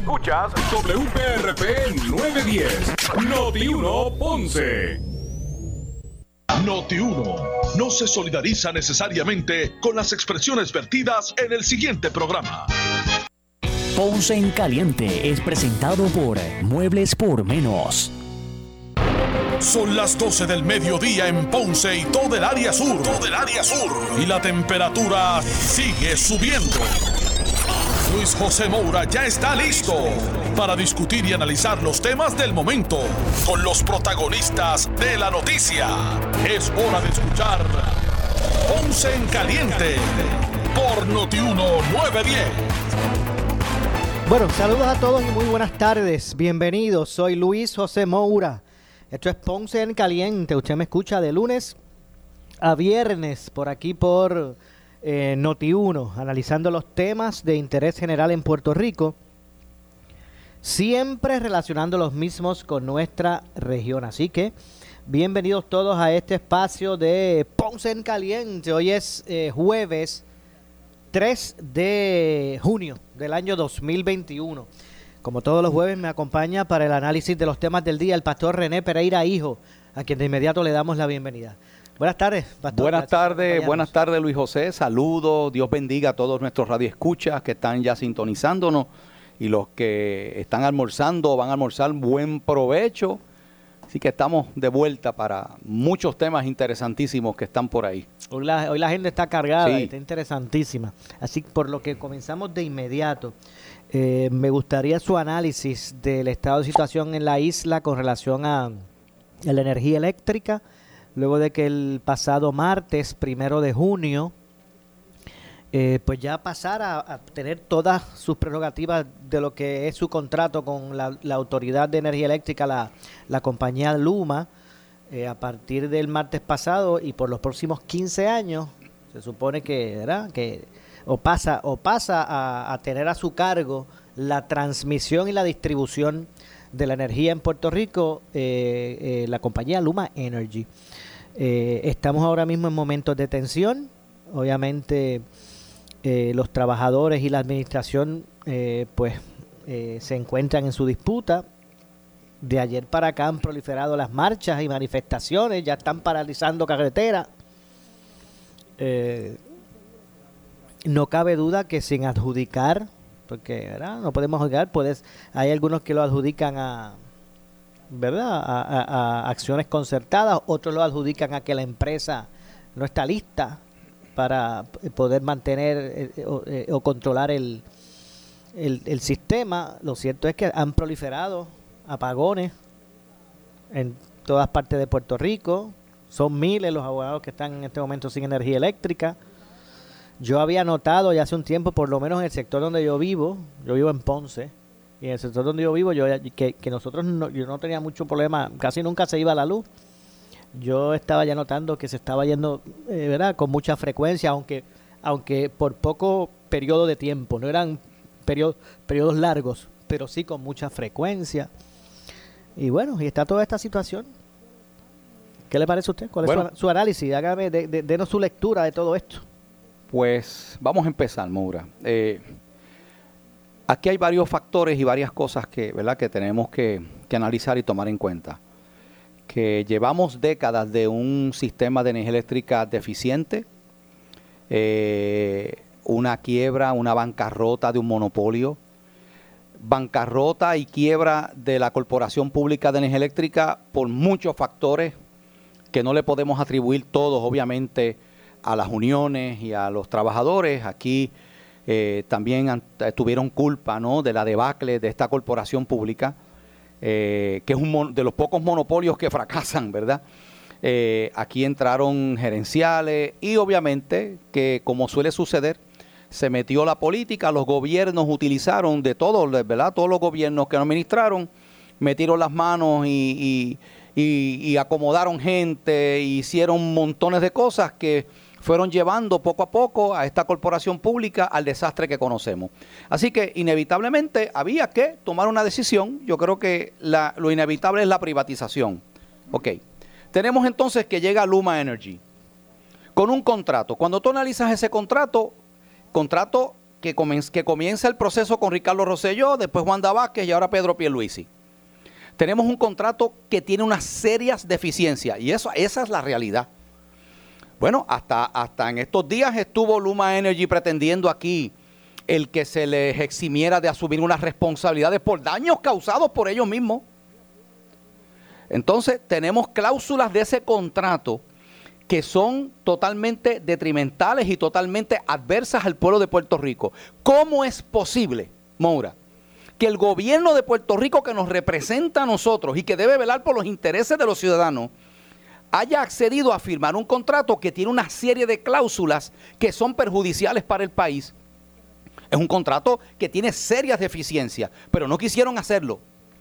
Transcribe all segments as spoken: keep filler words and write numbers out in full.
Escuchas W P R P nueve diez, Noti uno Ponce. Noti uno no se solidariza necesariamente con las expresiones vertidas en el siguiente programa. Ponce en Caliente es presentado por Muebles por Menos. Son las doce del mediodía en Ponce y todo el área sur. Todo el área sur. Y la temperatura sigue subiendo. Luis José Moura ya está listo para discutir y analizar los temas del momento con los protagonistas de la noticia. Es hora de escuchar Ponce en Caliente por Noti uno nueve diez. Bueno, saludos a todos y muy buenas tardes. Bienvenidos, soy Luis José Moura. Esto es Ponce en Caliente. Usted me escucha de lunes a viernes por aquí por eh, Noti uno, analizando los temas de interés general en Puerto Rico, siempre relacionando los mismos con nuestra región. Así que bienvenidos todos a este espacio de Ponce en Caliente. Hoy es eh, jueves tres de junio del año dos mil veintiuno. Como todos los jueves me acompaña para el análisis de los temas del día el pastor René Pereira Hijo, a quien de inmediato le damos la bienvenida. Buenas tardes, pastor. Buenas tardes, buenas tardes Luis José, saludos, Dios bendiga a todos nuestros radioescuchas que están ya sintonizándonos y los que están almorzando o van a almorzar, buen provecho. Así que estamos de vuelta para muchos temas interesantísimos que están por ahí. Hoy la, hoy la agenda está cargada, sí. Y está interesantísima. Así que por lo que comenzamos de inmediato, eh, me gustaría su análisis del estado de situación en la isla con relación a, a la energía eléctrica, luego de que el pasado martes, primero de junio, Eh, pues ya pasar a, a tener todas sus prerrogativas de lo que es su contrato con la, la Autoridad de Energía Eléctrica, la, la compañía Luma, eh, a partir del martes pasado y por los próximos quince años, se supone que, ¿verdad? que o pasa, o pasa a, a tener a su cargo la transmisión y la distribución de la energía en Puerto Rico, eh, eh, la compañía Luma Energy. Eh, estamos ahora mismo en momentos de tensión, obviamente. Eh, los trabajadores y la administración eh, pues eh, se encuentran en su disputa. De ayer para acá han proliferado las marchas y manifestaciones, ya están paralizando carreteras. Eh, no cabe duda que sin adjudicar, porque ¿verdad? no podemos adjudicar, puedes, hay algunos que lo adjudican a, ¿verdad? A, a, a acciones concertadas, otros lo adjudican a que la empresa no está lista para poder mantener eh, o, eh, o controlar el, el, el sistema. Lo cierto es que han proliferado apagones en todas partes de Puerto Rico. Son miles los abogados que están en este momento sin energía eléctrica. Yo había notado ya hace un tiempo, por lo menos en el sector donde yo vivo, yo vivo en Ponce, y en el sector donde yo vivo, yo que, que nosotros no, yo no tenía mucho problema, casi nunca se iba la luz. Yo estaba ya notando que se estaba yendo, eh, ¿verdad?, con mucha frecuencia, aunque aunque por poco periodo de tiempo, no eran periodos, periodos largos, pero sí con mucha frecuencia. Y bueno, y está toda esta situación. ¿Qué le parece a usted? ¿Cuál es bueno, su, su análisis? Hágame, de, de, denos su lectura de todo esto. Pues vamos a empezar, Moura. Eh, aquí hay varios factores y varias cosas que, ¿verdad?, que tenemos que, que analizar y tomar en cuenta. Que llevamos décadas de un sistema de energía eléctrica deficiente, eh, una quiebra, una bancarrota de un monopolio, bancarrota y quiebra de la Corporación Pública de Energía Eléctrica por muchos factores que no le podemos atribuir todos, obviamente, a las uniones y a los trabajadores. Aquí eh, también han, tuvieron culpa, ¿no?, de la debacle de esta corporación pública. Eh, que es un mon- de los pocos monopolios que fracasan, ¿verdad? Eh, aquí entraron gerenciales y obviamente que, como suele suceder, se metió la política, los gobiernos utilizaron de todos, ¿verdad? Todos los gobiernos que nos administraron, metieron las manos y, y, y, y acomodaron gente, hicieron montones de cosas que fueron llevando poco a poco a esta corporación pública al desastre que conocemos. Así que inevitablemente había que tomar una decisión. Yo creo que la, lo inevitable es la privatización. Ok. Tenemos entonces que llega Luma Energy con un contrato. Cuando tú analizas ese contrato, contrato que, comienza, que comienza el proceso con Ricardo Rosselló, después Wanda Vázquez y ahora Pedro Pierluisi. Tenemos un contrato que tiene unas serias deficiencias y eso, esa es la realidad. Bueno, hasta, hasta en estos días estuvo Luma Energy pretendiendo aquí el que se les eximiera de asumir unas responsabilidades por daños causados por ellos mismos. Entonces, tenemos cláusulas de ese contrato que son totalmente detrimentales y totalmente adversas al pueblo de Puerto Rico. ¿Cómo es posible, Moura, que el gobierno de Puerto Rico, que nos representa a nosotros y que debe velar por los intereses de los ciudadanos, haya accedido a firmar un contrato que tiene una serie de cláusulas que son perjudiciales para el país? Es un contrato que tiene serias deficiencias, pero no quisieron hacerlo.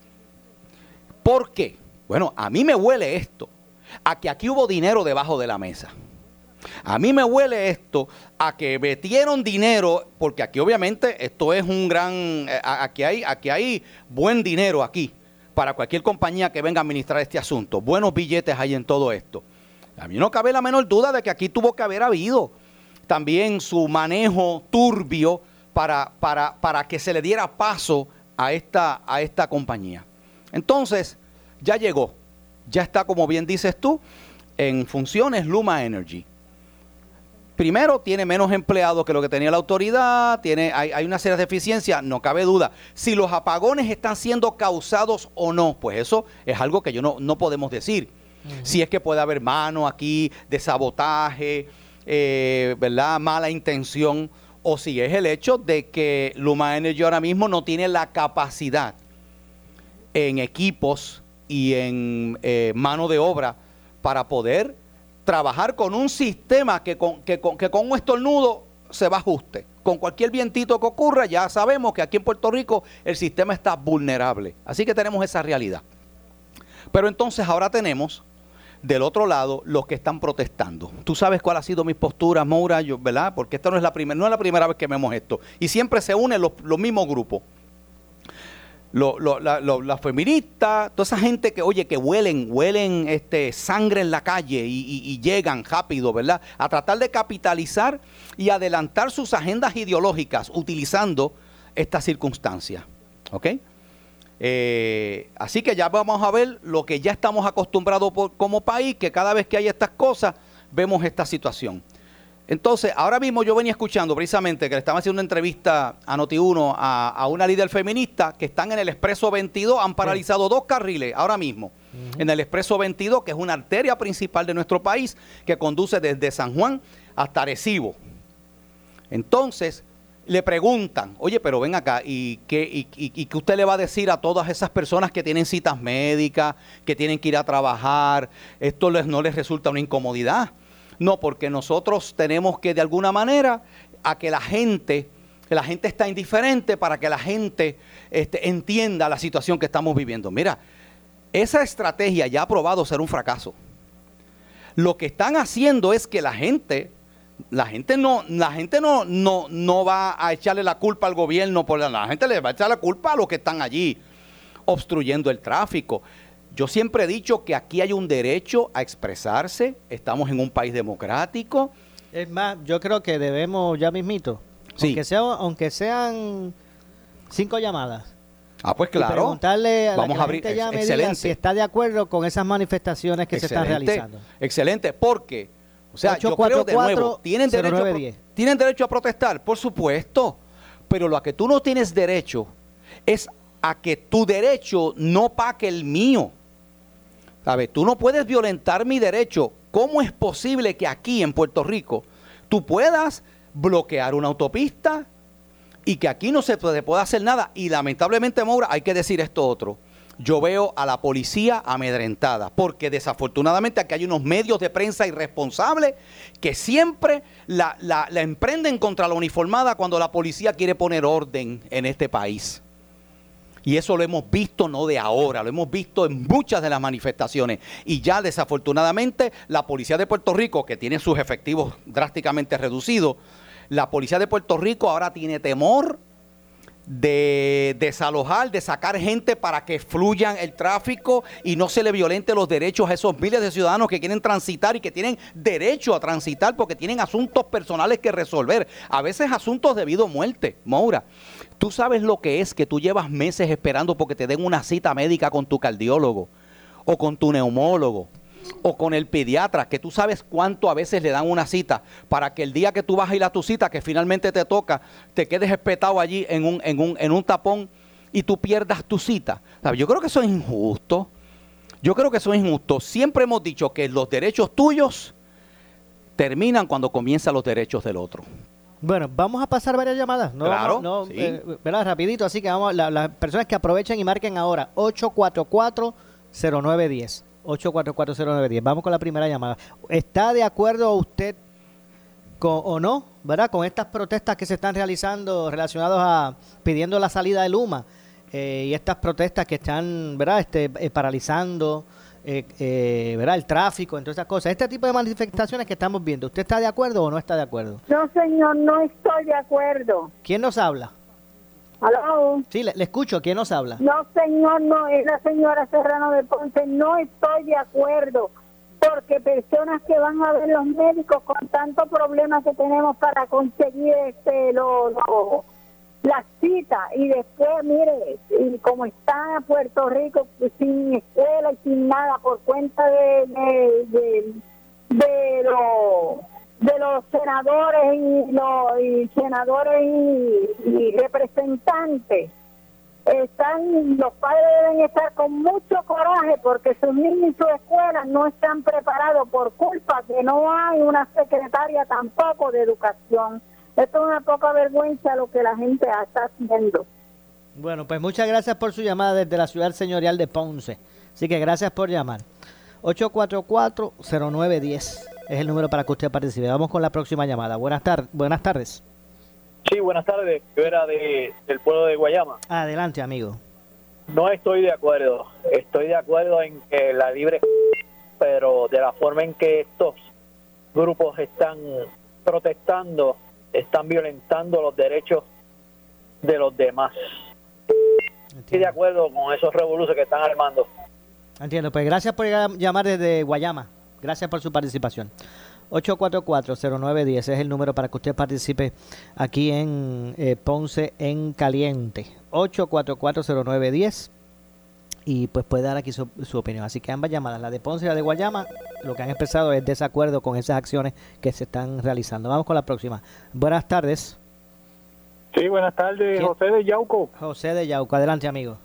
¿Por qué? Bueno, a mí me huele esto, a que aquí hubo dinero debajo de la mesa. A mí me huele esto a que metieron dinero, porque aquí obviamente esto es un gran, eh, aquí hay, aquí hay buen dinero aquí, para cualquier compañía que venga a administrar este asunto. Buenos billetes hay en todo esto. A mí no cabe la menor duda de que aquí tuvo que haber habido también su manejo turbio para, para, para que se le diera paso a esta, a esta compañía. Entonces, ya llegó, ya está, como bien dices tú, en funciones Luma Energy. Primero, tiene menos empleados que lo que tenía la autoridad, tiene, hay, hay una serie de deficiencias, no cabe duda. Si los apagones están siendo causados o no, pues eso es algo que yo no, no podemos decir. Uh-huh. Si es que puede haber mano aquí de sabotaje, eh, ¿verdad? Mala intención, o si es el hecho de que Luma Energy ahora mismo no tiene la capacidad en equipos y en eh, mano de obra para poder trabajar con un sistema que con, que, con, que con un estornudo se va a ajuste. Con cualquier vientito que ocurra, ya sabemos que aquí en Puerto Rico el sistema está vulnerable. Así que tenemos esa realidad. Pero entonces ahora tenemos del otro lado los que están protestando. Tú sabes cuál ha sido mi postura, Moura, yo, ¿verdad? Porque esta no es la primera, no es la primera vez que vemos esto. Y siempre se unen los, los mismos grupos. Lo, lo, la, lo, las feministas, toda esa gente que, oye, que huelen, huelen este, sangre en la calle y, y, y llegan rápido, ¿verdad? A tratar de capitalizar y adelantar sus agendas ideológicas utilizando estas circunstancias, ¿ok? Eh, así que ya vamos a ver lo que ya estamos acostumbrados por, como país, que cada vez que hay estas cosas, vemos esta situación. Entonces, ahora mismo yo venía escuchando precisamente que le estaban haciendo una entrevista a Noti uno a, a una líder feminista que están en el Expreso veintidós, han paralizado sí. dos carriles ahora mismo, uh-huh. en el Expreso veintidós, que es una arteria principal de nuestro país, que conduce desde San Juan hasta Arecibo. Entonces, le preguntan, oye, pero ven acá, ¿y qué, y, y, y qué usted le va a decir a todas esas personas que tienen citas médicas, que tienen que ir a trabajar? ¿Esto les, no les resulta una incomodidad? No, porque nosotros tenemos que de alguna manera a que la gente, que la gente está indiferente para que la gente este, entienda la situación que estamos viviendo. Mira, esa estrategia ya ha probado ser un fracaso. Lo que están haciendo es que la gente, la gente no, la gente no, no, no va a echarle la culpa al gobierno, por la, la gente le va a echar la culpa a los que están allí obstruyendo el tráfico. Yo siempre he dicho que aquí hay un derecho a expresarse, estamos en un país democrático. Es más, yo creo que debemos ya mismito, sí. aunque, sea, aunque sean cinco llamadas. Ah, pues claro. Preguntarle a Vamos la que a abrir, la gente llame, excelente. Diga si está de acuerdo con esas manifestaciones que excelente, se están realizando. Excelente, porque, o sea, yo creo de nuevo, ¿tienen derecho, a, ¿tienen derecho a protestar? Por supuesto, pero lo que tú no tienes derecho es a que tu derecho no pague el mío. ¿Sabes? Tú no puedes violentar mi derecho. ¿Cómo es posible que aquí en Puerto Rico tú puedas bloquear una autopista y que aquí no se puede, pueda hacer nada? Y lamentablemente, Moura, hay que decir esto otro. Yo veo a la policía amedrentada, porque desafortunadamente aquí hay unos medios de prensa irresponsables que siempre la, la, la emprenden contra la uniformada cuando la policía quiere poner orden en este país. Y eso lo hemos visto no de ahora, lo hemos visto en muchas de las manifestaciones. Y ya desafortunadamente la policía de Puerto Rico, que tiene sus efectivos drásticamente reducidos, la policía de Puerto Rico ahora tiene temor de, de desalojar, de sacar gente para que fluyan el tráfico y no se le violente los derechos a esos miles de ciudadanos que quieren transitar y que tienen derecho a transitar porque tienen asuntos personales que resolver, a veces asuntos de vida o muerte. Moura, tú sabes lo que es que tú llevas meses esperando porque te den una cita médica con tu cardiólogo o con tu neumólogo o con el pediatra, que tú sabes cuánto a veces le dan una cita para que el día que tú vas a ir a tu cita, que finalmente te toca, te quedes espetado allí en un, en un, en un tapón y tú pierdas tu cita. ¿Sabes? Yo creo que eso es injusto. Yo creo que eso es injusto. Siempre hemos dicho que los derechos tuyos terminan cuando comienzan los derechos del otro. Bueno, vamos a pasar varias llamadas. No, Claro, no, sí. eh, ¿verdad? Rapidito, así que vamos, la- las personas que aprovechen y marquen ahora, ocho cuatro cuatro, cero nueve uno cero. ocho cuatro cuatro, cero nueve uno cero. Vamos con la primera llamada. ¿Está de acuerdo usted con, o no, verdad, con estas protestas que se están realizando relacionadas a pidiendo la salida de Luma eh, y estas protestas que están, verdad, este, eh, paralizando, eh, eh, verdad, el tráfico, entre esas cosas? Este tipo de manifestaciones que estamos viendo, ¿usted está de acuerdo o no está de acuerdo? No, señor, no estoy de acuerdo. ¿Quién nos habla? ¿Aló? Sí, le, le escucho. ¿Quién nos habla? No, señor, no, es la señora Serrano de Ponce. No estoy de acuerdo, porque personas que van a ver los médicos con tantos problemas que tenemos para conseguir este lo, lo- las citas, y después, mire, y como está Puerto Rico sin escuela y sin nada por cuenta de, de, de, de los de los senadores y los y senadores y, y representantes, están los padres deben estar con mucho coraje porque sus niños y sus escuelas no están preparados por culpa que no hay una secretaria tampoco de educación. Esto es una poca vergüenza lo que la gente está haciendo. Bueno, pues muchas gracias por su llamada desde la ciudad señorial de Ponce. Así que gracias por llamar. ocho cuatro cuatro, cero nueve uno cero es el número para que usted participe. Vamos con la próxima llamada. Buenas, tar buenas tardes. Sí, buenas tardes. Yo era de, del pueblo de Guayama. Adelante, amigo. No estoy de acuerdo. Estoy de acuerdo en que la libre, pero de la forma en que estos grupos están protestando, están violentando los derechos de los demás. Estoy de acuerdo con esos revoluciones que están armando. Entiendo. Pues gracias por llegar- llamar desde Guayama. Gracias por su participación. ocho cuatro cuatro, cero nueve uno cero es el número para que usted participe aquí en eh, Ponce en Caliente. ocho cuatro cuatro, cero nueve uno cero y pues puede dar aquí su, su opinión. Así que ambas llamadas, la de Ponce y la de Guayama, lo que han expresado es desacuerdo con esas acciones que se están realizando. Vamos con la próxima. Buenas tardes. Sí, buenas tardes, ¿Quién? José de Yauco. José de Yauco. Adelante, amigo.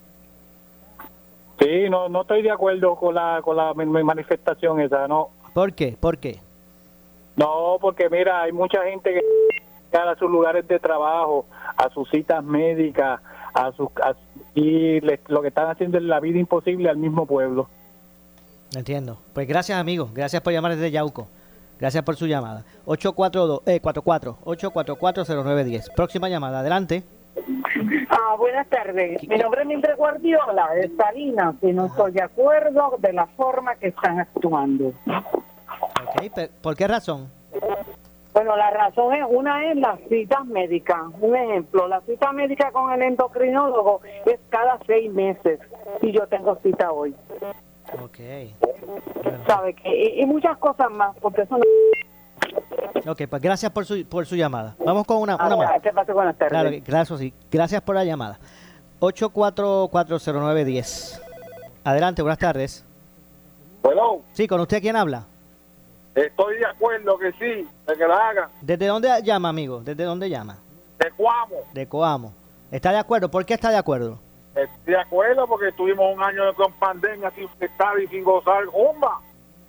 Sí, no no estoy de acuerdo con la con la mi- mi manifestación esa, no. ¿Por qué? ¿Por qué? No, porque mira, hay mucha gente que va a sus lugares de trabajo, a sus citas médicas, a sus a- y les- lo que están haciendo es la vida imposible al mismo pueblo. Entiendo. Pues gracias, amigo. Gracias por llamar desde Yauco. Gracias por su llamada. ocho cuatro dos, eh, cuatro cuatro, ocho cuatro cuatro, cero nueve uno cero. Próxima llamada. Adelante. Ah, buenas tardes. Mi nombre es Mildred Guardiola, de Salinas, y no estoy de acuerdo de la forma que están actuando. Ok, pe- ¿por qué razón? Bueno, la razón es, una es las citas médicas. Un ejemplo, la cita médica con el endocrinólogo es cada seis meses, y yo tengo cita hoy. Ok. ¿Sabe qué? Y, y muchas cosas más, porque eso no... Ok, pues gracias por su, por su llamada. Vamos con una, una Ah, más. ¿qué pasa? Buenas tardes. Claro, que- gracias, sí. Gracias por la llamada. ocho cuatro cuatro, cero nueve uno cero. Adelante, buenas tardes. Bueno, Sí, ¿con usted quién habla? estoy de acuerdo que sí, de que la hagan. ¿Desde dónde llama, amigo? ¿Desde dónde llama? De Cuamo. De Coamo. ¿Está de acuerdo? ¿Por qué está de acuerdo? Estoy de acuerdo porque tuvimos un año con pandemia sin estar y sin gozar rumba.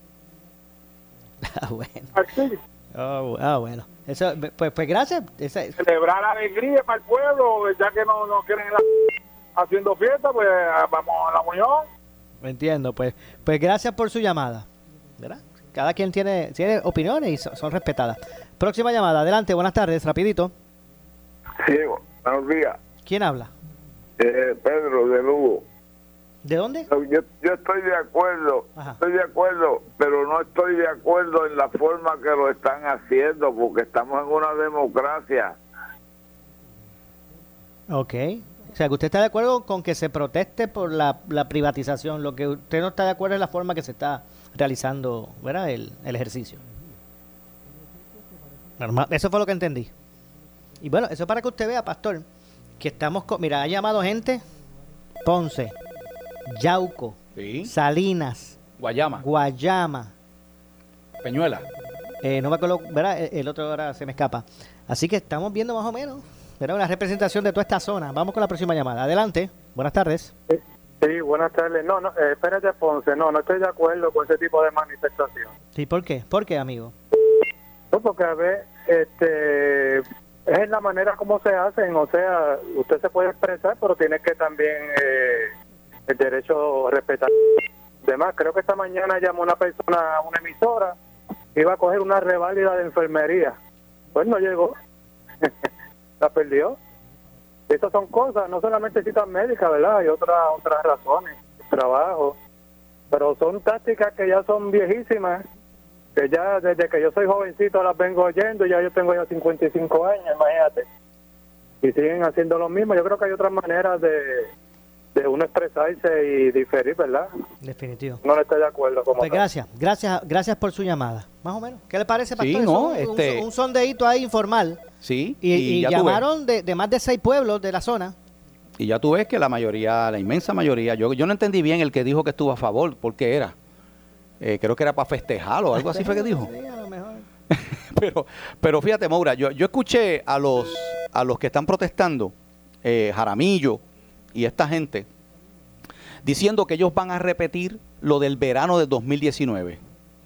Ah, bueno. Aquí, Oh, ah, bueno. Eso, pues, pues gracias. Esa- celebrar alegría para el pueblo, ya que no, no quieren la- haciendo fiesta, pues vamos a la unión. Entiendo, pues, pues gracias por su llamada. ¿Verdad? Cada quien tiene, tiene opiniones y son, son respetadas. Próxima llamada, adelante, buenas tardes, rapidito. Sí, buenos días. ¿Quién habla? Eh, Pedro de Lugo. ¿De dónde? Yo, yo estoy de acuerdo, Ajá. estoy de acuerdo, pero no estoy de acuerdo en la forma que lo están haciendo, porque estamos en una democracia. Ok, O sea, que usted está de acuerdo con que se proteste por la, la privatización. Lo que usted no está de acuerdo es la forma que se está realizando, ¿verdad? El, el ejercicio. Normal. Eso fue lo que entendí. Y bueno, eso es para que usted vea, pastor, que estamos con... Mira, ha llamado gente, Ponce, Yauco, sí. Salinas, Guayama, Guayama, Peñuela. Eh, no me acuerdo, ¿verdad? El, el otro ahora se me escapa. Así que estamos viendo más o menos, ¿verdad? Una representación de toda esta zona. Vamos con la próxima llamada. Adelante. Buenas tardes. Sí, sí, buenas tardes. No, no, eh, espérate, Ponce. No, no estoy de acuerdo con ese tipo de manifestación. Sí, ¿por qué? ¿Por qué, amigo? No, porque a ver, este, es la manera como se hacen. O sea, usted se puede expresar, pero tiene que también eh, el derecho a respetar. Además, creo que esta mañana llamó una persona a una emisora, iba a coger una reválida de enfermería. Pues no llegó. La perdió. Estas son cosas, no solamente citas médicas, ¿verdad? Hay otras otras razones, trabajo. Pero son tácticas que ya son viejísimas, que ya desde que yo soy jovencito las vengo oyendo, ya yo tengo ya cincuenta y cinco años, imagínate. Y siguen haciendo lo mismo. Yo creo que hay otras maneras de, de uno expresarse y diferir, ¿verdad? Definitivo. No le estoy de acuerdo. Como pues gracias, gracias, gracias por su llamada. Más o menos. ¿Qué le parece, pastor? Sí, no, un, este... un, un sondeíto ahí informal. Sí. Y, y, y llamaron de, de más de seis pueblos de la zona. Y ya tú ves que la mayoría, la inmensa mayoría, yo, yo no entendí bien el que dijo que estuvo a favor, ¿por qué era? Eh, creo que era para festejar o algo así fue que dijo. Sí, a lo mejor. pero, pero fíjate, Moura, yo, yo escuché a los, a los que están protestando, eh, Jaramillo y esta gente, diciendo que ellos van a repetir lo del verano de dos mil diecinueve.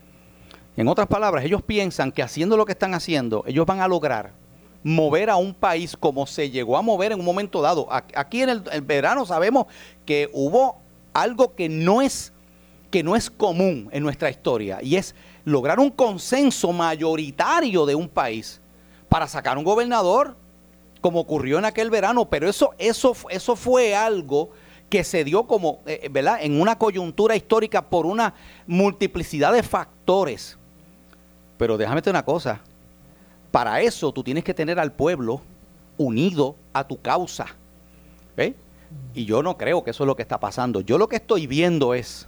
En otras palabras, ellos piensan que haciendo lo que están haciendo, ellos van a lograr mover a un país como se llegó a mover en un momento dado. Aquí en el, el verano sabemos que hubo algo que no es que no es común en nuestra historia, y es lograr un consenso mayoritario de un país para sacar un gobernador, como ocurrió en aquel verano. Pero eso, eso, eso fue algo que se dio como, eh, ¿verdad?, en una coyuntura histórica por una multiplicidad de factores. Pero déjame decirte una cosa, para eso tú tienes que tener al pueblo unido a tu causa. ¿Eh? Y yo no creo que eso es lo que está pasando. Yo lo que estoy viendo es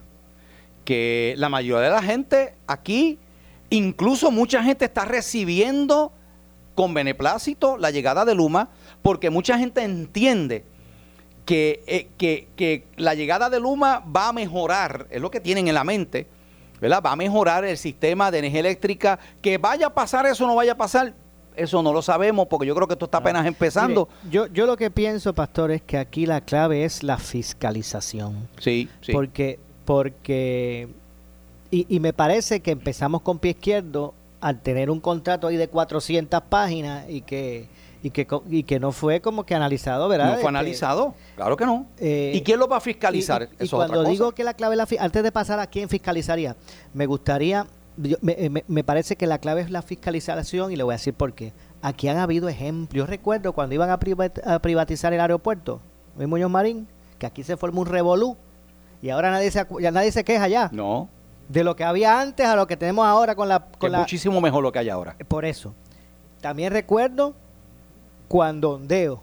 que la mayoría de la gente aquí, incluso mucha gente está recibiendo con beneplácito la llegada de Luma, porque mucha gente entiende que, eh, que, que la llegada de Luma va a mejorar, es lo que tienen en la mente, ¿verdad? Va a mejorar el sistema de energía eléctrica. Que vaya a pasar eso o no vaya a pasar, eso no lo sabemos, porque yo creo que esto está apenas empezando. Mire, yo, yo lo que pienso, pastor, es que aquí la clave es la fiscalización. Sí, sí. Porque, porque y, y me parece que empezamos con pie izquierdo al tener un contrato ahí de cuatrocientas páginas y que y que y que no fue como que analizado, ¿verdad? No fue este, analizado, claro que no. Eh, ¿Y quién lo va a fiscalizar? Y, y, Eso y es cuando otra digo cosa. que la clave, la, antes de pasar a quién fiscalizaría, me gustaría, yo, me, me, me parece que la clave es la fiscalización, y le voy a decir por qué. Aquí han habido ejemplos. Yo recuerdo cuando iban a, privat, a privatizar el aeropuerto, Luis Muñoz Marín, que aquí se formó un revolú y ahora nadie se, ya nadie se queja ya. No. De lo que había antes a lo que tenemos ahora con la... Con es la, muchísimo mejor lo que hay ahora. Por eso. También recuerdo cuando Ondeo,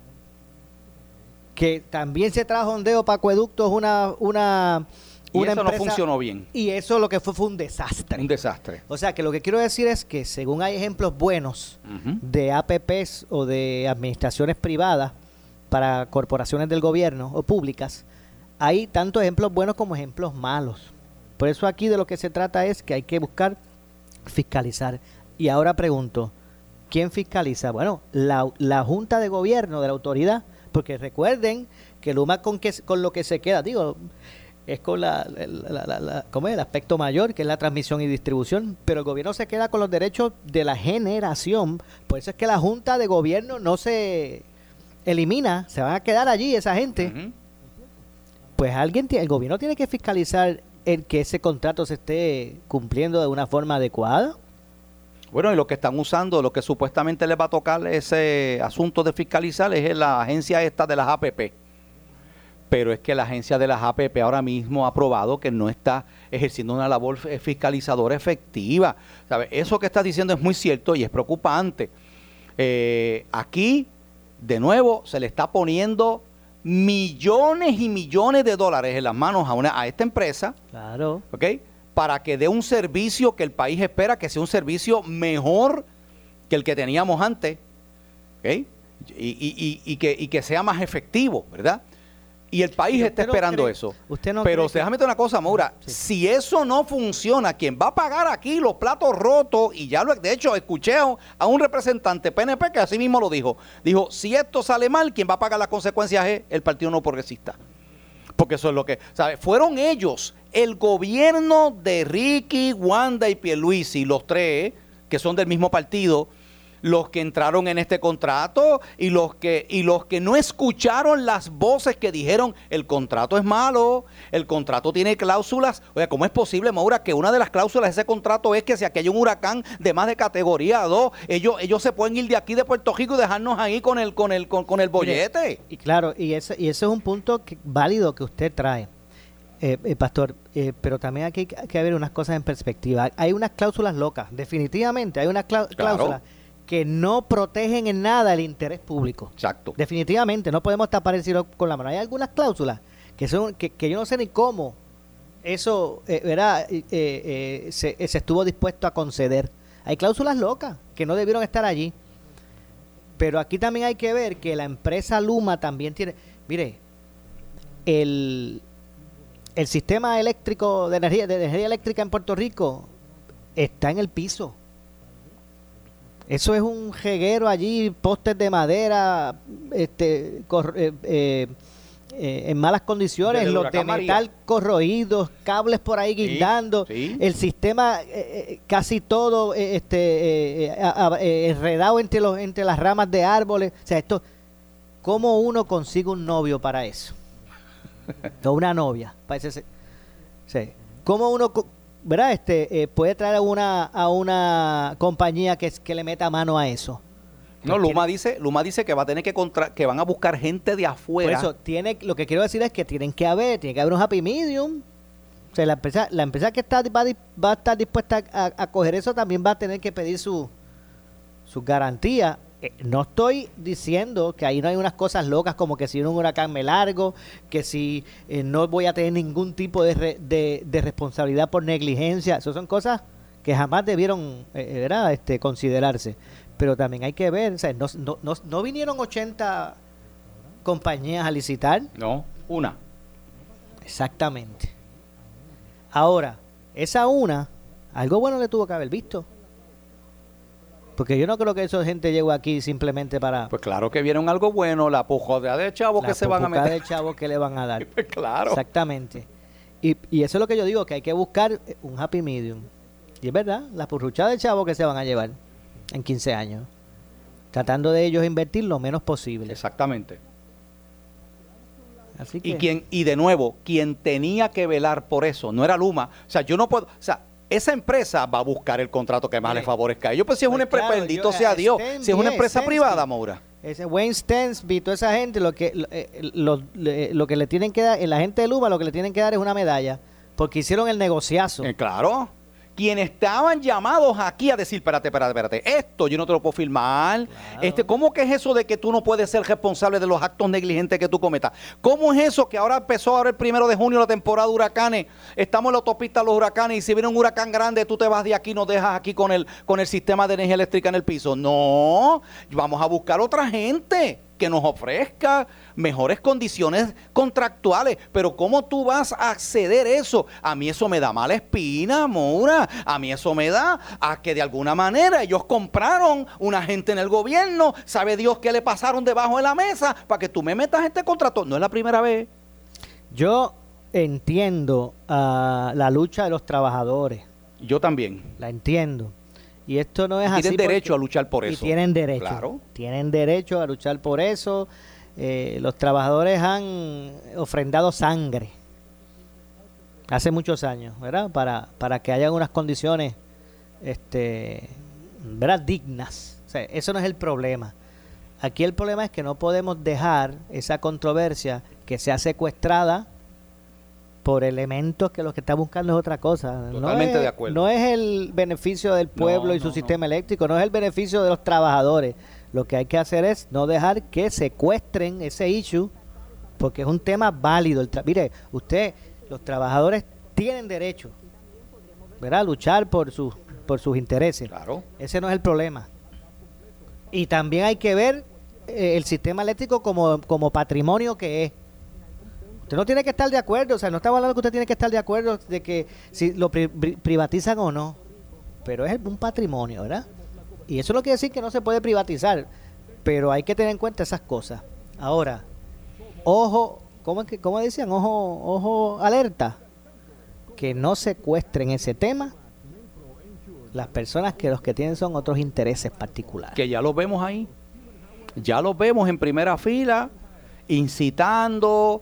que también se trajo Ondeo para acueductos, una... una y una eso empresa, no funcionó bien. Y eso lo que fue fue un desastre. Un desastre. O sea, que lo que quiero decir es que según hay ejemplos buenos Uh-huh. de A P Pes o de administraciones privadas para corporaciones del gobierno o públicas, hay tanto ejemplos buenos como ejemplos malos. Por eso aquí de lo que se trata es que hay que buscar fiscalizar. Y ahora pregunto, ¿quién fiscaliza? Bueno, la, la Junta de Gobierno de la autoridad, porque recuerden que Luma con, que, con lo que se queda, digo, es con la, la, la, la, ¿cómo es? El aspecto mayor, que es la transmisión y distribución, pero el gobierno se queda con los derechos de la generación. Por eso es que la Junta de Gobierno no se elimina, se van a quedar allí esa gente. Uh-huh. Pues alguien, el gobierno tiene que fiscalizar el que ese contrato se esté cumpliendo de una forma adecuada. Bueno, y lo que están usando, lo que supuestamente les va a tocar ese asunto de fiscalizar es la agencia esta de las A P P. Pero es que la agencia de las A P P ahora mismo ha probado que no está ejerciendo una labor fiscalizadora efectiva. ¿Sabe? Eso que estás diciendo es muy cierto y es preocupante. Eh, aquí, de nuevo, se le está poniendo millones y millones de dólares en las manos a, una, a esta empresa. Claro. ¿Ok? Para que dé un servicio que el país espera que sea un servicio mejor que el que teníamos antes. ¿Ok? Y, y, y, y, que, y que sea más efectivo, ¿verdad? Y el país está esperando cree, eso. Usted no Pero cree déjame decir una cosa, Maura. Sí. Si eso no funciona, quien va a pagar aquí los platos rotos, y ya lo de hecho escuché a un representante P N P que así mismo lo dijo. Dijo, si esto sale mal, quien va a pagar las consecuencias es el Partido No Progresista. Porque eso es lo que, ¿sabes? Fueron ellos, el gobierno de Ricky, Wanda y Pierluisi, los tres, que son del mismo partido, los que entraron en este contrato y los que y los que no escucharon las voces que dijeron el contrato es malo, el contrato tiene cláusulas. Oye, ¿cómo es posible, Maura, que una de las cláusulas de ese contrato es que si aquí hay un huracán de más de categoría dos, ellos ellos se pueden ir de aquí de Puerto Rico y dejarnos ahí con el con el con, con el bollete? Mire, y claro, y ese y ese es un punto que, válido que usted trae. Eh, eh, pastor, eh, pero también aquí hay que ver unas cosas en perspectiva. Hay unas cláusulas locas, definitivamente, hay unas clá- claro. cláusulas que no protegen en nada el interés público. Exacto. Definitivamente, no podemos tapar el cielo con la mano. Hay algunas cláusulas que son que, que yo no sé ni cómo eso eh, ¿verdad? Eh, eh, se, eh, se estuvo dispuesto a conceder. Hay cláusulas locas que no debieron estar allí. Pero aquí también hay que ver que la empresa Luma también tiene... Mire, el, el sistema eléctrico de energía, de energía eléctrica en Puerto Rico está en el piso. Eso es un jeguero allí, postes de madera, este, cor, eh, eh, eh, en malas condiciones, los de metal María. corroídos, cables por ahí guindando, sí, sí. el sistema eh, casi todo eh, este eh, a, a, eh, enredado entre los entre las ramas de árboles. O sea, esto, ¿cómo uno consigue un novio para eso? O una novia, parece. Sí. ¿Cómo uno ¿verdad? Este, eh, puede traer a una a una compañía que, que le meta mano a eso? No, Luma dice, Luma dice que va a tener que contra, que van a buscar gente de afuera. Por eso, tiene, lo que quiero decir es que tienen que haber, tiene que haber un happy medium. O sea, la empresa, la empresa que está va, va a estar dispuesta a, a coger eso también va a tener que pedir su sus garantías. Eh, no estoy diciendo que ahí no hay unas cosas locas como que si un huracán me largo, que si eh, no voy a tener ningún tipo de, re, de, de responsabilidad por negligencia. Esas son cosas que jamás debieron eh, ¿verdad? Este, considerarse. Pero también hay que ver, o sea, no, no, no, no vinieron ochenta compañías a licitar. No, una. Exactamente. Ahora, esa una, algo bueno le tuvo que haber visto. Porque yo no creo que esa gente llegó aquí simplemente para... Pues claro que vieron algo bueno, la pujada de chavos que se van a meter. La de chavos que le van a dar. Pues claro. Exactamente. Y, y eso es lo que yo digo, que hay que buscar un happy medium. Y es verdad, la purruchada de chavos que se van a llevar en quince años. Tratando de ellos invertir lo menos posible. Exactamente. Así que... Y, quien, y de nuevo, quien tenía que velar por eso no era Luma. O sea, yo no puedo... O sea, esa empresa va a buscar el contrato que más sí. le favorezca a ellos. Pues si es pues una empresa, claro, bendito yo, sea Dios, Stensby, si es una empresa Stensby, privada, Maura. Ese Wayne Stensby, toda esa gente, lo que lo, eh, lo, le, lo que le tienen que dar, la gente de Luma lo que le tienen que dar es una medalla, porque hicieron el negociazo. Eh, claro. Quienes estaban llamados aquí a decir, espérate, espérate, espérate, esto yo no te lo puedo firmar. Claro. Este, ¿cómo que es eso de que tú no puedes ser responsable de los actos negligentes que tú cometas? ¿Cómo es eso que ahora empezó ahora el primero de junio la temporada de huracanes? Estamos en la autopista de los huracanes y si viene un huracán grande, tú te vas de aquí y nos dejas aquí con el, con el sistema de energía eléctrica en el piso. No, vamos a buscar otra gente que nos ofrezca mejores condiciones contractuales. Pero ¿cómo tú vas a acceder a eso? A mí eso me da mala espina, Maura. A mí eso me da a que de alguna manera ellos compraron una gente en el gobierno, sabe Dios qué le pasaron debajo de la mesa para que tú me metas este contrato. No es la primera vez. Yo entiendo uh, la lucha de los trabajadores. Yo también. La entiendo. Y esto no es así. Tienen derecho a luchar por eso. Y tienen derecho. Claro. Tienen derecho a luchar por eso. Eh, los trabajadores han ofrendado sangre hace muchos años, ¿verdad? Para, para que haya unas condiciones, este, ¿verdad? Dignas. O sea, eso no es el problema. Aquí el problema es que no podemos dejar esa controversia que sea secuestrada por elementos que lo que está buscando es otra cosa. Totalmente no es, de acuerdo. No es el beneficio del pueblo no, y su no, sistema no. eléctrico, no es el beneficio de los trabajadores. Lo que hay que hacer es no dejar que secuestren ese issue porque es un tema válido. El tra- Mire, usted, los trabajadores tienen derecho, ¿verdad?, a luchar por sus por sus intereses. Claro. Ese no es el problema. Y también hay que ver eh, el sistema eléctrico como, como patrimonio que es. Usted no tiene que estar de acuerdo, o sea, no estamos hablando que usted tiene que estar de acuerdo de que si lo pri- pri- privatizan o no, pero es un patrimonio, ¿verdad? Y eso no quiere decir que no se puede privatizar, pero hay que tener en cuenta esas cosas. Ahora, ojo, ¿cómo, es que, cómo decían? Ojo, ojo, alerta, que no secuestren ese tema las personas que los que tienen son otros intereses particulares. Que ya los vemos ahí, ya los vemos en primera fila, incitando,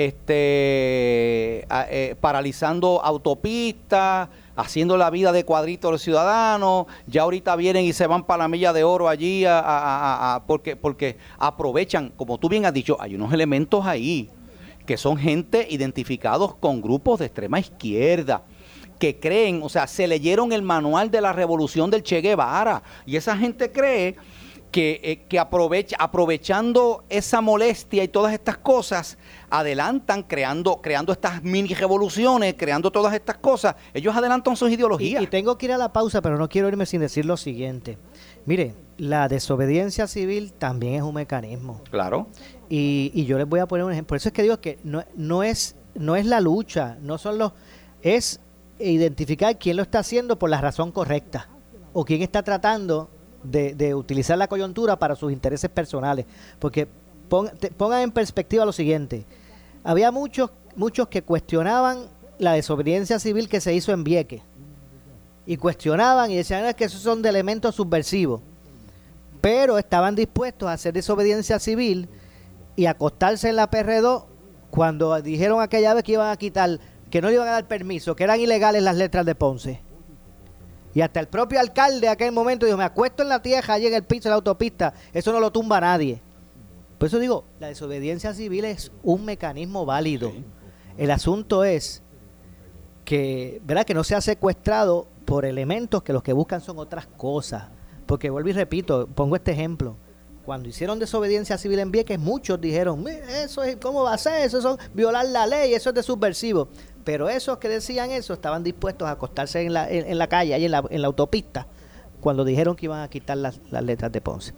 este, a, eh, paralizando autopistas, haciendo la vida de cuadrito a los ciudadanos. Ya ahorita vienen y se van para la milla de oro allí a, a, a, a, porque, porque aprovechan, como tú bien has dicho, hay unos elementos ahí que son gente identificados con grupos de extrema izquierda, que creen, o sea, se leyeron el manual de la revolución del Che Guevara, y esa gente cree que, eh, que aprovecha, aprovechando esa molestia y todas estas cosas, adelantan creando, creando estas mini revoluciones, creando todas estas cosas. Ellos adelantan sus ideologías. Y, y tengo que ir a la pausa, pero no quiero irme sin decir lo siguiente. Mire, la desobediencia civil también es un mecanismo. Claro. Y, y yo les voy a poner un ejemplo. Por eso es que digo que no, no es, no es la lucha, no son los, es identificar quién lo está haciendo por la razón correcta o quién está tratando de, de utilizar la coyuntura para sus intereses personales. Porque pon, te, pongan en perspectiva lo siguiente: había muchos, muchos que cuestionaban la desobediencia civil que se hizo en Vieques y cuestionaban y decían que esos son de elementos subversivos, pero estaban dispuestos a hacer desobediencia civil y acostarse en la P R dos cuando dijeron aquella vez que iban a quitar, que no le iban a dar permiso, que eran ilegales las letras de Ponce. Y hasta el propio alcalde de aquel momento dijo: me acuesto en la tierra, allí en el piso de la autopista, eso no lo tumba nadie. Por eso digo, la desobediencia civil es un mecanismo válido. Sí. El asunto es que, ¿verdad?, que no sea secuestrado por elementos que los que buscan son otras cosas. Porque vuelvo y repito, pongo este ejemplo. Cuando hicieron desobediencia civil en Vieques, muchos dijeron: eso es, ¿cómo va a ser? Eso es violar la ley, eso es de subversivo. Pero esos que decían eso estaban dispuestos a acostarse en la, en, en la calle, ahí en la, en la autopista, cuando dijeron que iban a quitar las, las letras de Ponce.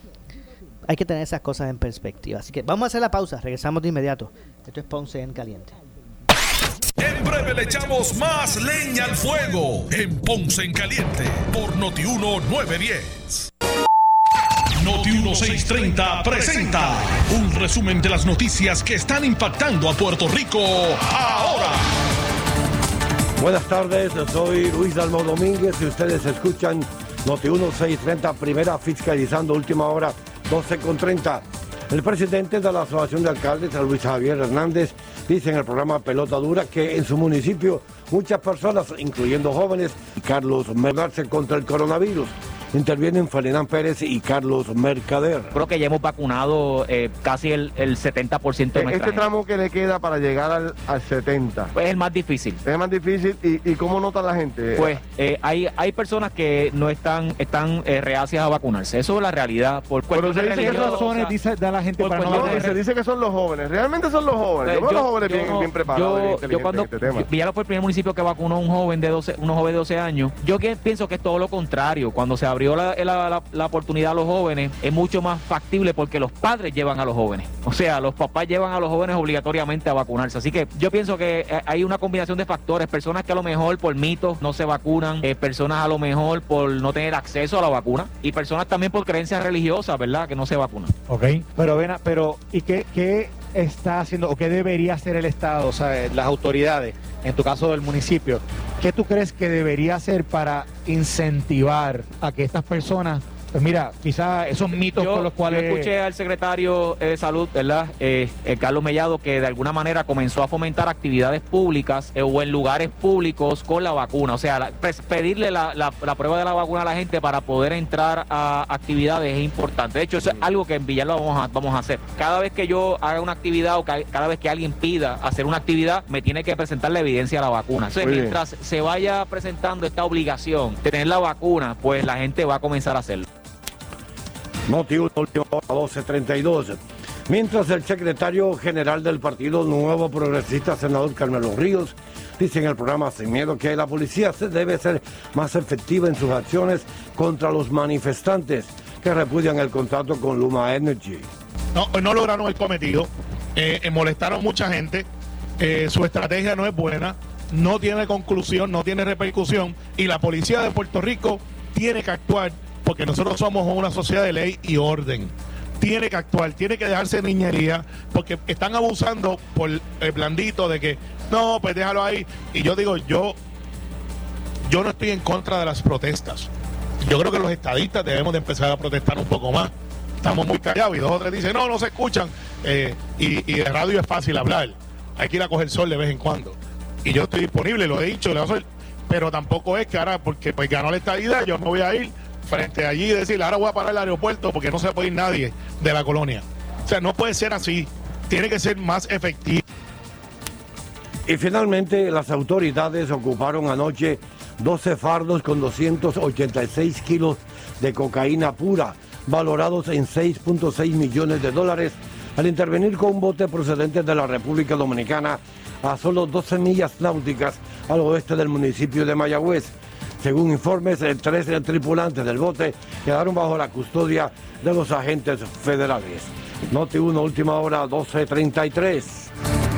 Hay que tener esas cosas en perspectiva. Así que vamos a hacer la pausa, regresamos de inmediato. Esto es Ponce en Caliente. En breve le echamos más leña al fuego en Ponce en Caliente por Noti uno nueve diez. Noti uno seiscientos treinta presenta un resumen de las noticias que están impactando a Puerto Rico ahora. Buenas tardes, soy Luis Dalmau Domínguez y ustedes escuchan Noti uno seiscientos treinta, primera fiscalizando, última hora doce con treinta. El presidente de la Asociación de Alcaldes, Luis Javier Hernández, dice en el programa Pelota Dura que en su municipio muchas personas, incluyendo jóvenes, Carlos, vacunarse contra el coronavirus. Intervienen Ferdinand Pérez y Carlos Mercader. Creo que ya hemos vacunado eh, casi el, el setenta por ciento de nuestra Este tramo gente. Que le queda para llegar al, al setenta. Pues es el más difícil. Es el más difícil. ¿Y, y cómo nota la gente? Pues eh, hay, hay personas que no están están eh, reacias a vacunarse. Eso es la realidad. Por Pero se dice qué razones dice, da la gente para no vacunarse. Se dice que son los jóvenes. Realmente son los jóvenes. Yo veo a los jóvenes yo, bien, bien preparados. Yo, bien yo cuando en este tema. Villalba fue el primer municipio que vacunó a un joven de doce, unos jóvenes de doce años. Yo que pienso que es todo lo contrario. Cuando se abrió la, la, la la oportunidad a los jóvenes, es mucho más factible porque los padres llevan a los jóvenes. O sea, los papás llevan a los jóvenes obligatoriamente a vacunarse. Así que yo pienso que hay una combinación de factores. Personas que a lo mejor por mitos no se vacunan, eh, personas a lo mejor por no tener acceso a la vacuna y personas también por creencias religiosas, ¿verdad?, que no se vacunan. Ok, pero ven, pero ¿y qué, qué está haciendo o qué debería hacer el Estado, o sea, las autoridades, en tu caso del municipio? ¿Qué tú crees que debería hacer para incentivar a que estas personas, pues mira, quizás esos mitos yo, con los cuales... Yo escuché al secretario de Salud, ¿verdad?, eh, eh, Carlos Mellado, que de alguna manera comenzó a fomentar actividades públicas eh, o en lugares públicos con la vacuna. O sea, la, pues, pedirle la, la, la prueba de la vacuna a la gente para poder entrar a actividades es importante. De hecho, eso es algo que en Villalba vamos a, vamos a hacer. Cada vez que yo haga una actividad o ca cada vez que alguien pida hacer una actividad, me tiene que presentar la evidencia de la vacuna. Entonces, Muy mientras bien. se vaya presentando esta obligación de tener la vacuna, pues la gente va a comenzar a hacerlo. Noti uno, doce treinta y dos. Mientras el secretario general del Partido Nuevo Progresista, senador Carmelo Ríos, dice en el programa Sin Miedo que la policía se debe ser más efectiva en sus acciones contra los manifestantes que repudian el contrato con Luma Energy. No, no lograron el cometido, eh, molestaron mucha gente, eh, su estrategia no es buena, no tiene conclusión, no tiene repercusión, y la policía de Puerto Rico tiene que actuar porque nosotros somos una sociedad de ley y orden. Tiene que actuar, tiene que dejarse de niñería, porque están abusando por el blandito de que no, pues déjalo ahí. Y yo digo, yo yo no estoy en contra de las protestas. Yo creo que los estadistas debemos de empezar a protestar un poco más. Estamos muy callados y dos o tres dicen, no, no se escuchan. Eh, y, y de radio es fácil hablar. Hay que ir a coger sol de vez en cuando. Y yo estoy disponible, lo he dicho, le voy a hacer, pero tampoco es que ahora, porque pues ganó la estadidad, yo me voy a ir frente allí y decir, ahora voy a parar el aeropuerto porque no se puede ir nadie de la colonia. O sea, no puede ser así. Tiene que ser más efectivo. Y finalmente, las autoridades ocuparon anoche doce fardos con doscientos ochenta y seis kilos de cocaína pura, valorados en seis punto seis millones de dólares, al intervenir con un bote procedente de la República Dominicana a solo doce millas náuticas al oeste del municipio de Mayagüez. Según informes, tres tripulantes del bote quedaron bajo la custodia de los agentes federales. Noti uno, última hora, doce treinta y tres.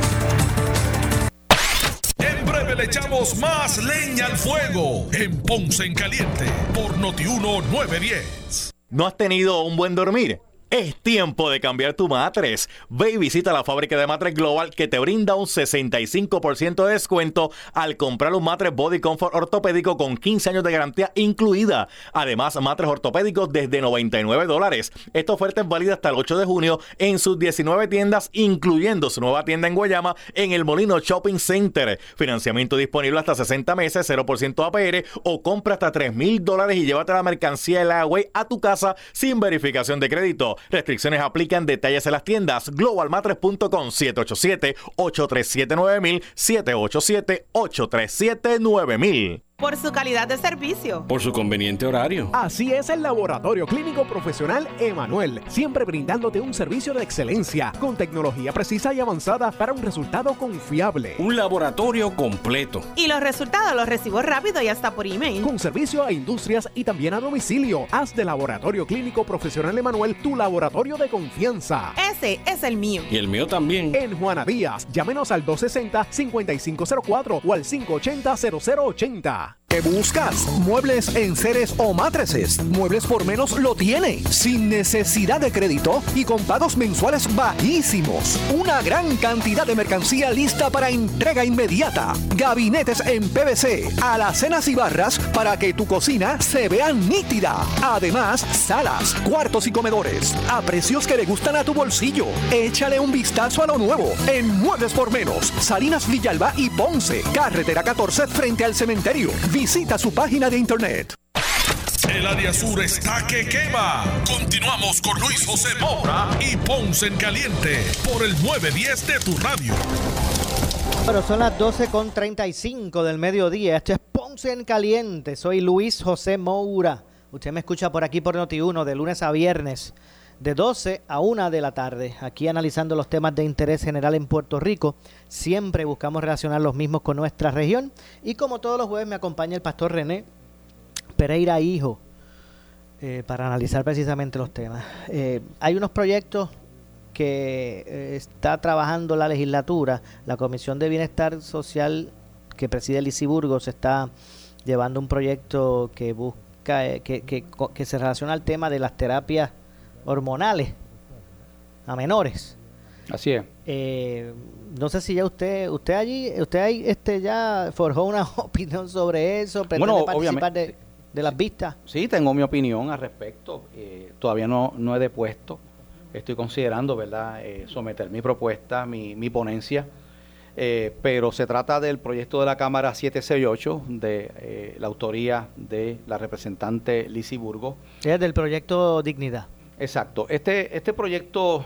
En breve le echamos más leña al fuego en Ponce en Caliente por Noti uno nueve diez. ¿No has tenido un buen dormir? Es tiempo de cambiar tu matres. Ve y visita la fábrica de Matres Global, que te brinda un sesenta y cinco por ciento de descuento al comprar un matres Body Comfort ortopédico con quince años de garantía incluida. Además, matres ortopédicos desde noventa y nueve dólares. Esta oferta es válida hasta el ocho de junio en sus diecinueve tiendas, incluyendo su nueva tienda en Guayama en el Molino Shopping Center. Financiamiento disponible hasta sesenta meses, cero por ciento A P R, o compra hasta tres mil dólares y llévate la mercancía de la Huawei a tu casa sin verificación de crédito. Restricciones aplican, detalles en las tiendas. global matres punto com, siete ocho siete, ocho tres siete, nueve mil, siete ocho siete, ocho tres siete, nueve mil. Por su calidad de servicio. Por su conveniente horario. Así es el Laboratorio Clínico Profesional Emanuel, siempre brindándote un servicio de excelencia, con tecnología precisa y avanzada para un resultado confiable. Un laboratorio completo. Y los resultados los recibo rápido y hasta por email. Con servicio a industrias y también a domicilio. Haz de Laboratorio Clínico Profesional Emanuel tu laboratorio de confianza. Ese es el mío. Y el mío también. En Juana Díaz, llámenos al dos sesenta, cincuenta y cinco cero cuatro o al cinco ochenta, cero cero ochenta. ¿Qué buscas? ¿Muebles, enseres o matrices? Muebles por Menos lo tiene, sin necesidad de crédito y con pagos mensuales bajísimos. Una gran cantidad de mercancía lista para entrega inmediata. Gabinetes en P V C, alacenas y barras para que tu cocina se vea nítida. Además, salas, cuartos y comedores a precios que le gustan a tu bolsillo. Échale un vistazo a lo nuevo en Muebles por Menos, Salinas, Villalba y Ponce, carretera catorce frente al cementerio. Visita su página de internet. El área sur está que quema. Continuamos con Luis José Moura y Ponce en Caliente por el nueve diez de tu radio. Bueno, son las doce con treinta y cinco del mediodía. Esto es Ponce en Caliente. Soy Luis José Moura. Usted me escucha por aquí por Noti uno de lunes a viernes, de doce a una de la tarde, aquí analizando los temas de interés general en Puerto Rico. Siempre buscamos relacionar los mismos con nuestra región. Y como todos los jueves me acompaña el pastor René Pereira Hijo eh, para analizar precisamente los temas. Eh, hay unos proyectos que eh, está trabajando la legislatura. La Comisión de Bienestar Social que preside Lizy Burgos está llevando un proyecto que busca, eh, que, que, que se relaciona al tema de las terapias hormonales a menores. Así es. Eh, no sé si ya usted, usted allí, usted ahí, este ya forjó una opinión sobre eso, pretende bueno, participar de, de las vistas. Sí, tengo mi opinión al respecto. Eh, todavía no, no he depuesto. Estoy considerando, ¿verdad?, eh, someter mi propuesta, mi, mi ponencia. Eh, pero se trata del proyecto de la Cámara setecientos sesenta y ocho, de eh, la autoría de la representante Lizy Burgos. Es del proyecto Dignidad. Exacto. Este, este proyecto,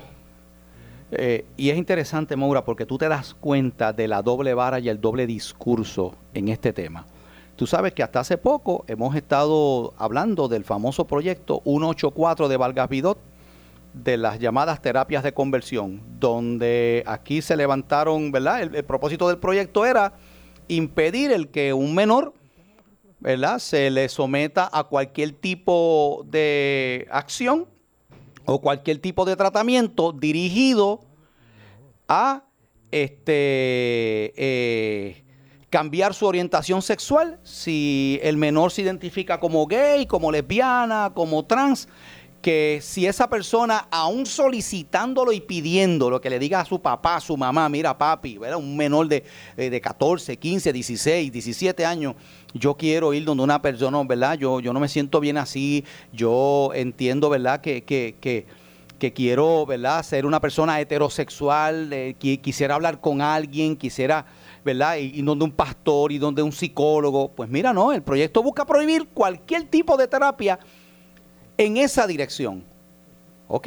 eh, y es interesante, Moura, porque tú te das cuenta de la doble vara y el doble discurso en este tema. Tú sabes que hasta hace poco hemos estado hablando del famoso proyecto ciento ochenta y cuatro de Vargas Vidot, de las llamadas terapias de conversión, donde aquí se levantaron, ¿verdad? El, el propósito del proyecto era impedir el que un menor, ¿verdad?, se le someta a cualquier tipo de acción o cualquier tipo de tratamiento dirigido a este eh, cambiar su orientación sexual. Si el menor se identifica como gay, como lesbiana, como trans, que si esa persona, aún solicitándolo y pidiéndolo, que le diga a su papá, a su mamá, mira papi, ¿verdad?, un menor de, de catorce, quince, dieciséis, diecisiete años, yo quiero ir donde una persona, ¿verdad?, yo, yo no me siento bien así, yo entiendo, ¿verdad?, que, que, que, que quiero, ¿verdad?, ser una persona heterosexual, eh, que quisiera hablar con alguien, quisiera, ¿verdad?, y, y donde un pastor y donde un psicólogo. Pues mira, no, el proyecto busca prohibir cualquier tipo de terapia en esa dirección. Ok.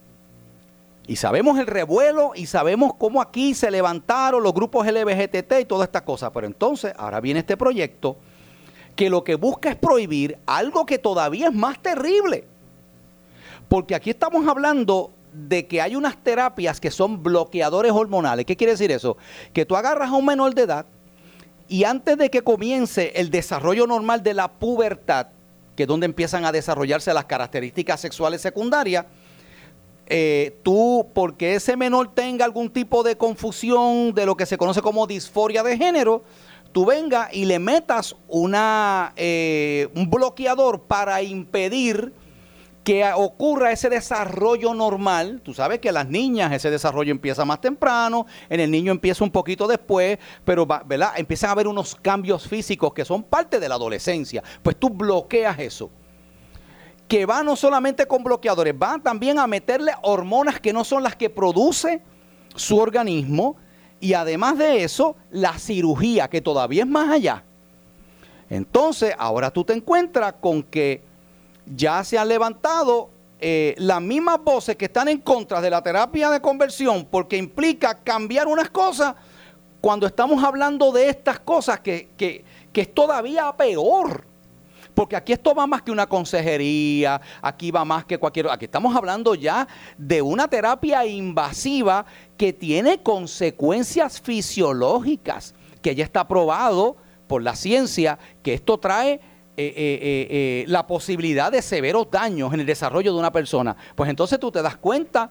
Y sabemos el revuelo y sabemos cómo aquí se levantaron los grupos L G B T y todas estas cosas. Pero entonces, ahora viene este proyecto que lo que busca es prohibir algo que todavía es más terrible. Porque aquí estamos hablando de que hay unas terapias que son bloqueadores hormonales. ¿Qué quiere decir eso? Que tú agarras a un menor de edad y antes de que comience el desarrollo normal de la pubertad, que es donde empiezan a desarrollarse las características sexuales secundarias, eh, tú, porque ese menor tenga algún tipo de confusión de lo que se conoce como disforia de género, tú venga y le metas una, eh, un bloqueador para impedir que ocurra ese desarrollo normal. Tú sabes que en las niñas ese desarrollo empieza más temprano, en el niño empieza un poquito después, pero va, ¿verdad?, empiezan a haber unos cambios físicos que son parte de la adolescencia. Pues tú bloqueas eso. Que va no solamente con bloqueadores, va también a meterle hormonas que no son las que produce su organismo, y además de eso, la cirugía, que todavía es más allá. Entonces, ahora tú te encuentras con que ya se han levantado eh, las mismas voces que están en contra de la terapia de conversión, porque implica cambiar unas cosas, cuando estamos hablando de estas cosas que, que, que es todavía peor. Porque aquí esto va más que una consejería, aquí va más que cualquier... Aquí estamos hablando ya de una terapia invasiva que tiene consecuencias fisiológicas, que ya está probado por la ciencia que esto trae Eh, eh, eh, eh, la posibilidad de severos daños en el desarrollo de una persona. Pues entonces tú te das cuenta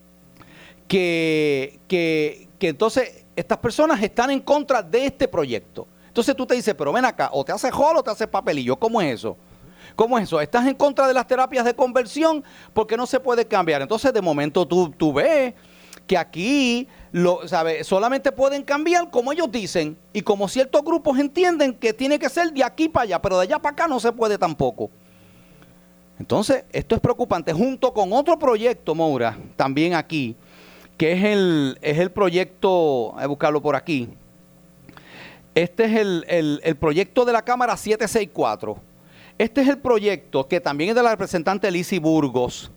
que, que, que entonces estas personas están en contra de este proyecto. Entonces tú te dices, pero ven acá, o te haces jol o te haces papelillo. ¿Cómo es eso? ¿Cómo es eso? ¿Estás en contra de las terapias de conversión? Porque no se puede cambiar. Entonces de momento tú, tú ves que aquí lo, ¿sabe?, solamente pueden cambiar como ellos dicen y como ciertos grupos entienden que tiene que ser de aquí para allá, pero de allá para acá no se puede tampoco. Entonces, esto es preocupante. Junto con otro proyecto, Moura, también aquí, que es el, es el proyecto, voy a buscarlo por aquí, este es el, el, el proyecto de la Cámara siete sesenta y cuatro. Este es el proyecto que también es de la representante Lizy Burgos,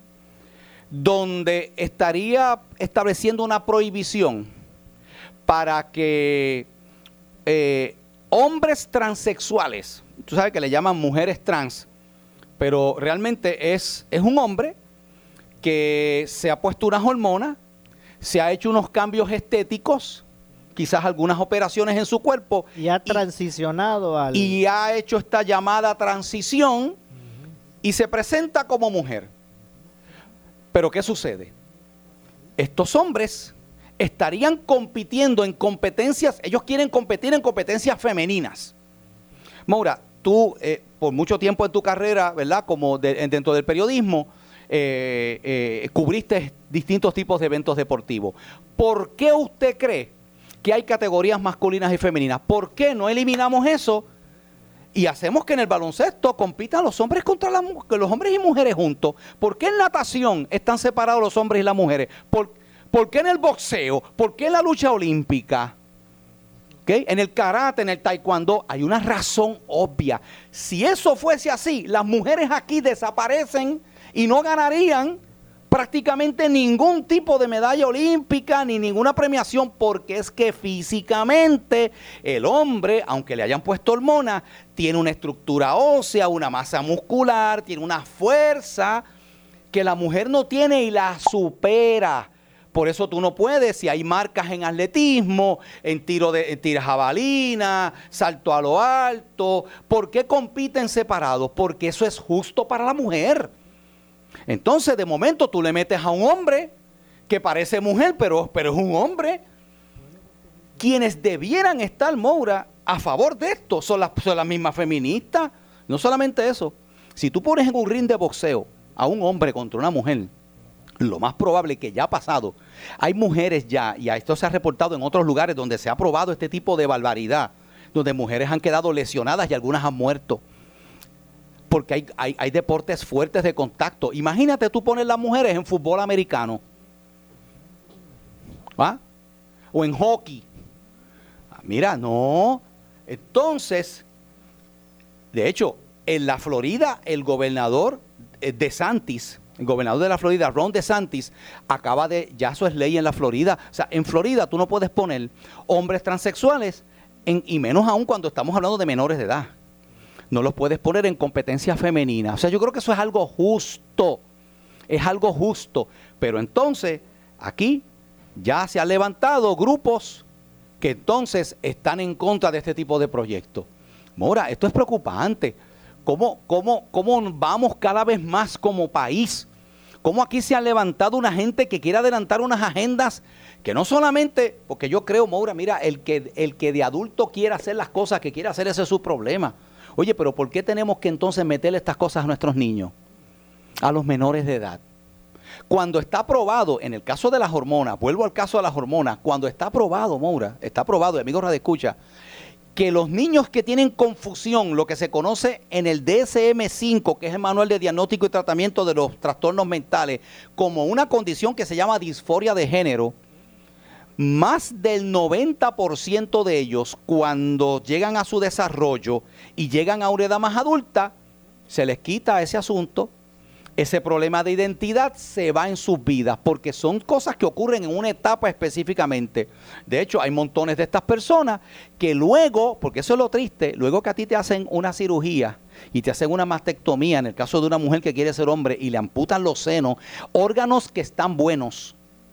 donde estaría estableciendo una prohibición para que eh, hombres transexuales, tú sabes que le llaman mujeres trans, pero realmente es, es un hombre que se ha puesto unas hormonas, se ha hecho unos cambios estéticos, quizás algunas operaciones en su cuerpo. Y ha transicionado y, al... Y ha hecho esta llamada transición uh-huh. y se presenta como mujer. Pero ¿qué sucede? Estos hombres estarían compitiendo en competencias, ellos quieren competir en competencias femeninas. Moura, tú eh, por mucho tiempo en tu carrera, ¿verdad?, como de, dentro del periodismo, eh, eh, cubriste distintos tipos de eventos deportivos. ¿Por qué usted cree que hay categorías masculinas y femeninas? ¿Por qué no eliminamos eso y hacemos que en el baloncesto compitan los hombres contra las los hombres y mujeres juntos? ¿Por qué en natación están separados los hombres y las mujeres? ¿Por, ¿por qué en el boxeo? ¿Por qué en la lucha olímpica? ¿Okay? En el karate, en el taekwondo, hay una razón obvia. Si eso fuese así, las mujeres aquí desaparecen y no ganarían prácticamente ningún tipo de medalla olímpica ni ninguna premiación, porque es que físicamente el hombre, aunque le hayan puesto hormonas, tiene una estructura ósea, una masa muscular, tiene una fuerza que la mujer no tiene y la supera. Por eso tú no puedes, si hay marcas en atletismo, en tiro de en tiro jabalina, salto a lo alto, ¿por qué compiten separados? Porque eso es justo para la mujer. Entonces, de momento tú le metes a un hombre que parece mujer, pero, pero es un hombre. Quienes debieran estar, Moura, a favor de esto son las, son las mismas feministas. No solamente eso, si tú pones en un ring de boxeo a un hombre contra una mujer, lo más probable que ya ha pasado, hay mujeres ya, y a esto se ha reportado en otros lugares donde se ha probado este tipo de barbaridad, donde mujeres han quedado lesionadas y algunas han muerto. Porque hay, hay, hay deportes fuertes de contacto. Imagínate tú poner las mujeres en fútbol americano. ¿Ah? O en hockey. Mira, no. Entonces, de hecho, en la Florida, el gobernador eh, DeSantis, el gobernador de la Florida, Ron DeSantis, acaba de, ya eso es ley en la Florida. O sea, en Florida tú no puedes poner hombres transexuales, en, y menos aún cuando estamos hablando de menores de edad. No los puedes poner en competencia femenina. O sea, yo creo que eso es algo justo. Es algo justo. Pero entonces, aquí ya se han levantado grupos que entonces están en contra de este tipo de proyectos. Mora, esto es preocupante. ¿Cómo, cómo, cómo vamos cada vez más como país? ¿Cómo aquí se ha levantado una gente que quiere adelantar unas agendas que no solamente, porque yo creo, Moura, mira, el que, el que de adulto quiera hacer las cosas que quiere hacer, ese es su problema. Oye, pero ¿por qué tenemos que entonces meterle estas cosas a nuestros niños? A los menores de edad. Cuando está aprobado, en el caso de las hormonas, vuelvo al caso de las hormonas, cuando está aprobado, Moura, está aprobado, y amigos radioescucha, que los niños que tienen confusión, lo que se conoce en el D S M cinco, que es el Manual de Diagnóstico y Tratamiento de los Trastornos Mentales, como una condición que se llama disforia de género, más del noventa por ciento de ellos, cuando llegan a su desarrollo y llegan a una edad más adulta, se les quita ese asunto. Ese problema de identidad se va en sus vidas, porque son cosas que ocurren en una etapa específicamente. De hecho, hay montones de estas personas que luego, porque eso es lo triste, luego que a ti te hacen una cirugía y te hacen una mastectomía, en el caso de una mujer que quiere ser hombre, y le amputan los senos, órganos que están buenos,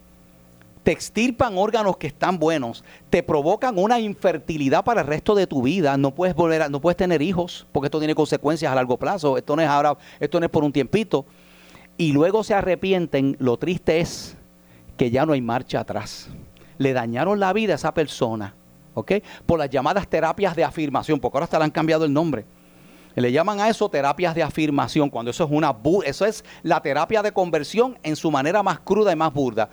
te extirpan órganos que están buenos, te provocan una infertilidad para el resto de tu vida, no puedes volver a, no puedes tener hijos, porque esto tiene consecuencias a largo plazo, esto no es ahora, esto no es por un tiempito, y luego se arrepienten. Lo triste es que ya no hay marcha atrás. Le dañaron la vida a esa persona, ¿ok? Por las llamadas terapias de afirmación, porque ahora hasta le han cambiado el nombre. Le llaman a eso terapias de afirmación, cuando eso es una bu- eso es la terapia de conversión en su manera más cruda y más burda.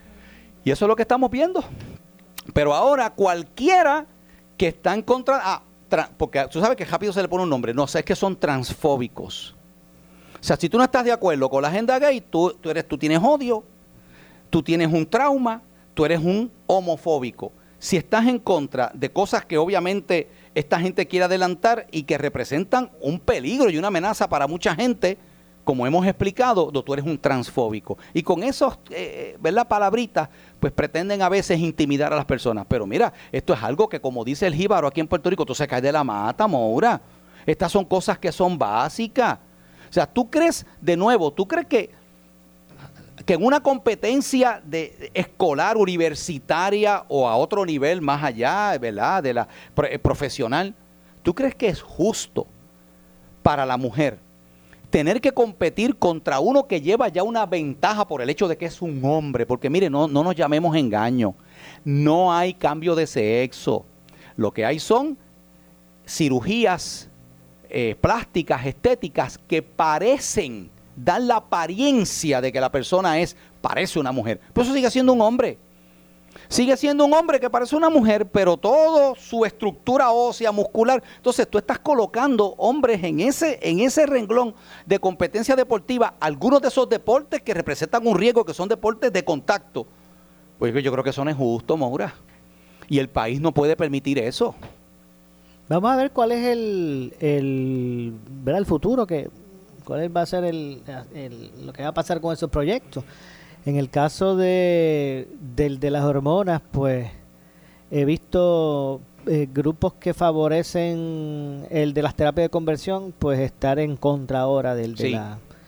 Y eso es lo que estamos viendo. Pero ahora cualquiera que está en contra, ah, tra, porque tú sabes que rápido se le pone un nombre, no sé, es que son transfóbicos. O sea, si tú no estás de acuerdo con la agenda gay, tú, tú, eres, tú tienes odio, tú tienes un trauma, tú eres un homofóbico. Si estás en contra de cosas que obviamente esta gente quiere adelantar y que representan un peligro y una amenaza para mucha gente, como hemos explicado, tú eres un transfóbico. Y con esos, eh, ¿verdad?, palabritas, pues pretenden a veces intimidar a las personas. Pero mira, esto es algo que, como dice el jíbaro aquí en Puerto Rico, tú se caes de la mata, Moura. Estas son cosas que son básicas. O sea, tú crees, de nuevo, tú crees que, que en una competencia de, escolar, universitaria o a otro nivel más allá, ¿verdad?, de la eh, profesional, ¿tú crees que es justo para la mujer tener que competir contra uno que lleva ya una ventaja por el hecho de que es un hombre? Porque mire, no, no nos llamemos engaño, no hay cambio de sexo, lo que hay son cirugías eh, plásticas, estéticas, que parecen dar la apariencia de que la persona es, parece una mujer, pero eso sigue siendo un hombre. Sigue siendo un hombre que parece una mujer, pero toda su estructura ósea, muscular. Entonces tú estás colocando hombres en ese, en ese renglón de competencia deportiva, algunos de esos deportes que representan un riesgo, que son deportes de contacto. Pues yo creo que eso no es justo, Moura. Y el país no puede permitir eso. Vamos a ver cuál es el, el, ¿verdad?, el futuro, que, cuál va a ser el, el, lo que va a pasar con esos proyectos. En el caso de, de, de las hormonas, pues he visto eh, grupos que favorecen el de las terapias de conversión, pues estar en contra ahora del de sí. la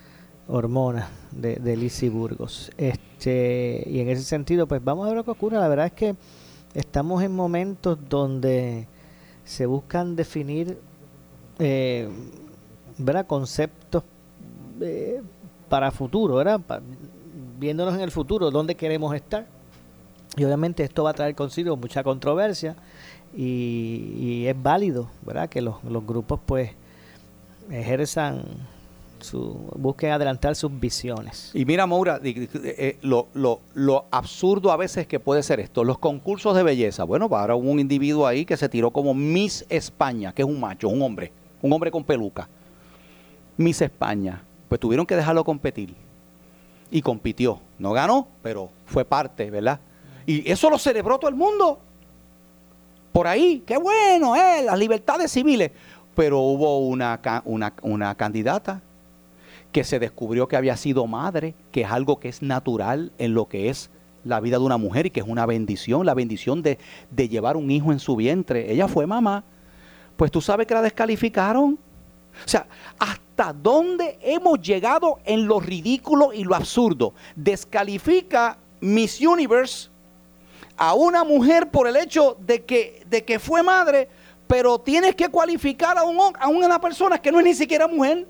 hormonas de, de Lizzy Burgos. Este, y en ese sentido, pues vamos a ver lo que ocurre. La verdad es que estamos en momentos donde se buscan definir eh, ¿verdad? conceptos eh, para futuro, ¿verdad? Pa, viéndonos en el futuro, dónde queremos estar. Y obviamente esto va a traer consigo mucha controversia y, y es válido, ¿verdad? Que los, los grupos pues ejerzan su, busquen adelantar sus visiones. Y mira, Moura, eh, lo, lo, lo absurdo a veces que puede ser esto, los concursos de belleza. Bueno, ahora hubo un individuo ahí que se tiró como Miss España, que es un macho, un hombre, un hombre con peluca. Miss España, pues tuvieron que dejarlo competir. Y compitió, no ganó, pero fue parte, ¿verdad? Y eso lo celebró todo el mundo. Por ahí, qué bueno, eh, las libertades civiles. Pero hubo una, una, una candidata que se descubrió que había sido madre, que es algo que es natural en lo que es la vida de una mujer y que es una bendición, la bendición de, de llevar un hijo en su vientre. Ella fue mamá. Pues tú sabes que la descalificaron. O sea, ¿hasta dónde hemos llegado en lo ridículo y lo absurdo? Descalifica Miss Universe a una mujer por el hecho de que, de que fue madre, pero tienes que cualificar a, un, a una persona que no es ni siquiera mujer.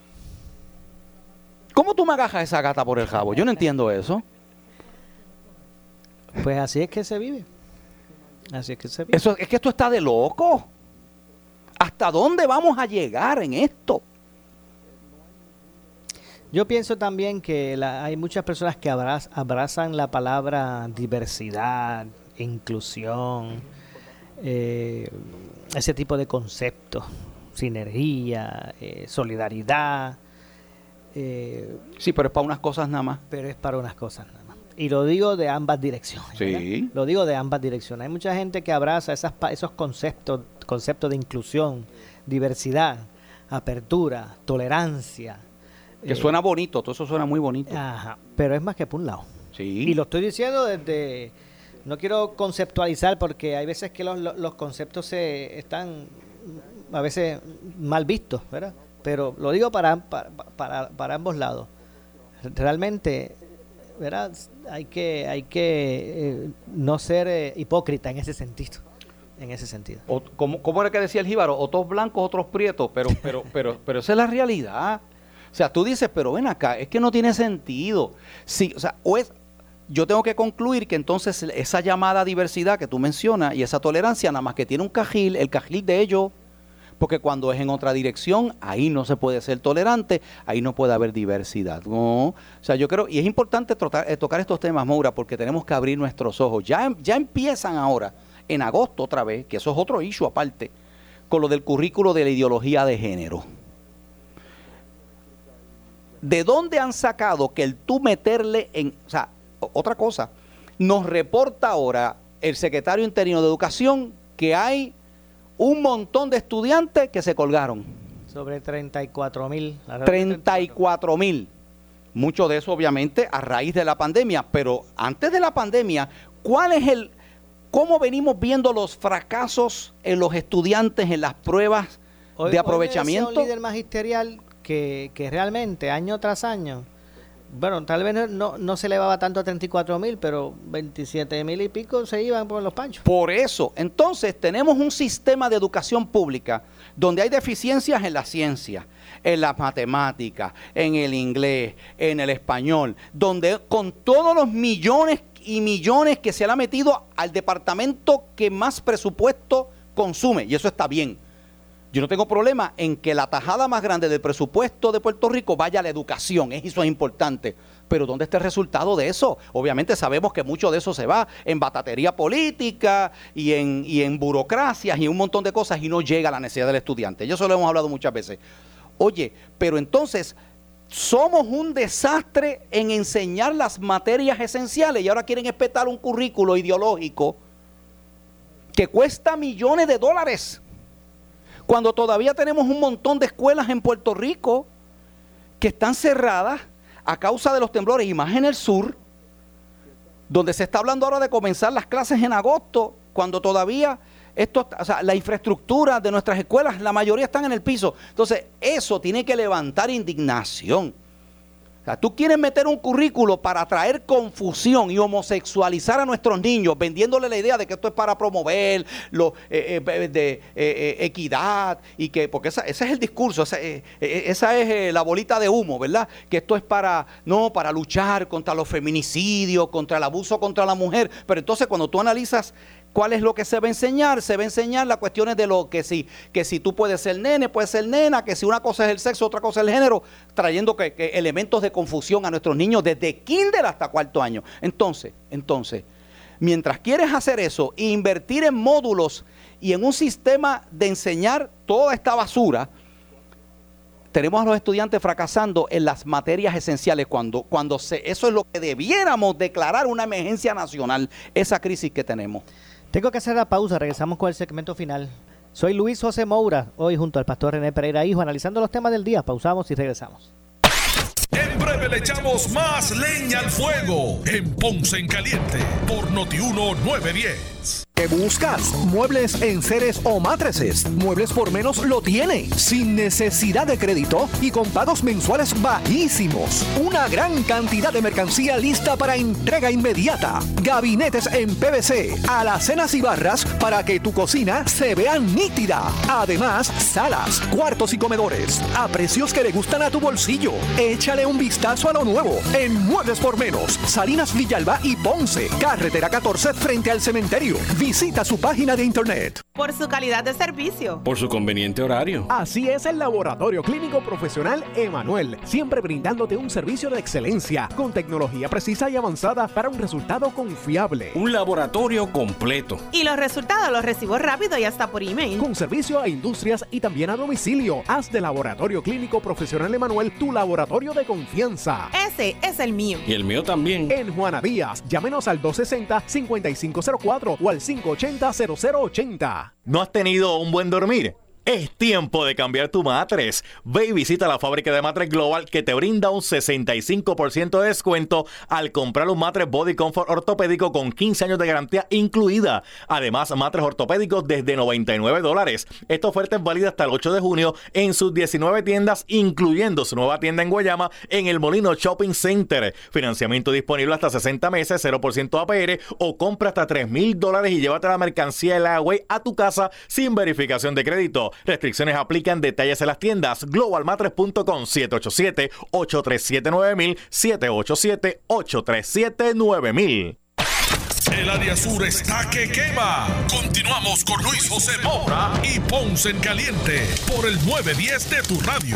¿Cómo tú me agajas a esa gata por el jabo? Yo no entiendo eso. Pues así es que se vive. Así es que se vive. Eso, es que esto está de loco. ¿Hasta dónde vamos a llegar en esto? Yo pienso también que la, hay muchas personas que abraz, abrazan la palabra diversidad, inclusión, eh, ese tipo de conceptos, sinergia, eh, solidaridad. Eh, sí, pero es para unas cosas nada más. Pero es para unas cosas nada más. Y lo digo de ambas direcciones. Sí. ¿verdad? Lo digo de ambas direcciones. Hay mucha gente que abraza esas, esos conceptos, conceptos de inclusión, diversidad, apertura, tolerancia. Que eh, suena bonito, todo eso suena muy bonito. Ajá, pero es más que por un lado. Sí. Y lo estoy diciendo desde... No quiero conceptualizar porque hay veces que los, los conceptos se están a veces mal vistos, ¿verdad? Pero lo digo para, para, para, para ambos lados. Realmente, ¿verdad? Hay que, hay que eh, no ser eh, hipócrita en ese sentido. En ese sentido. O, ¿cómo, ¿Cómo era que decía el jíbaro? Otros blancos, otros prietos, pero, pero, pero, pero esa es la realidad. O sea, tú dices, pero ven acá, es que no tiene sentido. Sí, o sea, o es, yo tengo que concluir que entonces esa llamada diversidad que tú mencionas y esa tolerancia nada más que tiene un cajil, el cajil de ellos, porque cuando es en otra dirección, ahí no se puede ser tolerante, ahí no puede haber diversidad. No. O sea, yo creo, y es importante trotar, eh, tocar estos temas, Moura, porque tenemos que abrir nuestros ojos. Ya, ya empiezan ahora, en agosto otra vez, que eso es otro issue aparte, con lo del currículo de la ideología de género. ¿De dónde han sacado que el tú meterle en... O sea, otra cosa, nos reporta ahora el secretario interino de Educación que hay un montón de estudiantes que se colgaron. Sobre treinta y cuatro mil. treinta y cuatro mil. Mucho de eso, obviamente, a raíz de la pandemia. Pero antes de la pandemia, ¿cuál es el... ¿Cómo venimos viendo los fracasos en los estudiantes en las pruebas hoy, de aprovechamiento? Hoy me decía un líder magisterial que, que realmente, año tras año, bueno, tal vez no, no se elevaba tanto a treinta y cuatro mil, pero veintisiete mil y pico se iban por los panchos. Por eso, entonces tenemos un sistema de educación pública donde hay deficiencias en la ciencia, en las matemáticas, en el inglés, en el español, donde con todos los millones y millones que se le ha metido al departamento que más presupuesto consume, y eso está bien. Yo no tengo problema en que la tajada más grande del presupuesto de Puerto Rico vaya a la educación, eso es importante. Pero ¿dónde está el resultado de eso? Obviamente sabemos que mucho de eso se va en batatería política y en, y en burocracias y un montón de cosas y no llega a la necesidad del estudiante. Y eso lo hemos hablado muchas veces. Oye, pero entonces somos un desastre en enseñar las materias esenciales y ahora quieren espetar un currículo ideológico que cuesta millones de dólares. Cuando todavía tenemos un montón de escuelas en Puerto Rico que están cerradas a causa de los temblores y más en el sur, donde se está hablando ahora de comenzar las clases en agosto, cuando todavía esto, o sea, la infraestructura de nuestras escuelas, la mayoría están en el piso. Entonces, eso tiene que levantar indignación. sea, tú quieres meter un currículo para traer confusión y homosexualizar a nuestros niños, vendiéndole la idea de que esto es para promover lo, eh, eh, de eh, eh, equidad, y que, porque esa, ese es el discurso, esa, eh, esa es eh, la bolita de humo, ¿verdad? Que esto es para, no, para luchar contra los feminicidios, contra el abuso contra la mujer. Pero entonces cuando tú analizas ¿cuál es lo que se va a enseñar? Se va a enseñar las cuestiones de lo que si, que si tú puedes ser nene, puedes ser nena, que si una cosa es el sexo, otra cosa es el género, trayendo que, que elementos de confusión a nuestros niños desde kinder hasta cuarto año. Entonces, entonces, mientras quieres hacer eso e invertir en módulos y en un sistema de enseñar toda esta basura, tenemos a los estudiantes fracasando en las materias esenciales cuando, cuando se, eso es lo que debiéramos declarar una emergencia nacional, esa crisis que tenemos. Tengo que hacer la pausa, regresamos con el segmento final. Soy Luis José Moura, hoy junto al pastor René Pereira Hijo, analizando los temas del día. Pausamos y regresamos. En breve le echamos más leña al fuego en Ponce en Caliente por Noti uno nueve diez. ¿Qué buscas? Muebles, enseres o matrices. Muebles por menos lo tiene, sin necesidad de crédito y con pagos mensuales bajísimos. Una gran cantidad de mercancía lista para entrega inmediata. Gabinetes en P V C, alacenas y barras para que tu cocina se vea nítida. Además, salas, cuartos y comedores a precios que le gustan a tu bolsillo. Échale un vistazo a lo nuevo en Muebles por Menos, Salinas, Villalba y Ponce, carretera catorce frente al cementerio. Visita su página de internet. Por su calidad de servicio. Por su conveniente horario. Así es el Laboratorio Clínico Profesional Emanuel, siempre brindándote un servicio de excelencia con tecnología precisa y avanzada para un resultado confiable. Un laboratorio completo. Y los resultados los recibo rápido y hasta por email. Con servicio a industrias y también a domicilio. Haz de Laboratorio Clínico Profesional Emanuel tu laboratorio de confianza. Ese es el mío. Y el mío también. En Juana Díaz, llámenos al dos sesenta, cincuenta y cinco cero cuatro o al cinco ochenta, cero cero ochenta. ¿No has tenido un buen dormir? Es tiempo de cambiar tu matres. Ve y visita la fábrica de Matres Global, que te brinda un sesenta y cinco por ciento de descuento al comprar un matres Body Comfort ortopédico con quince años de garantía incluida. Además, matres ortopédicos desde noventa y nueve dólares. Esta oferta es válida hasta el ocho de junio en sus diecinueve tiendas, incluyendo su nueva tienda en Guayama en el Molino Shopping Center. Financiamiento disponible hasta sesenta meses, cero por ciento A P R o compra hasta tres mil dólares y llévate la mercancía de la Huawei a tu casa sin verificación de crédito. Restricciones aplican, detalles en las tiendas. global matres punto com, siete ocho siete, ocho tres siete, nueve mil, siete ocho siete, ocho tres siete, nueve mil. El área sur está que quema. Continuamos con Luis José Moura y Ponce en Caliente por el nueve diez de tu radio.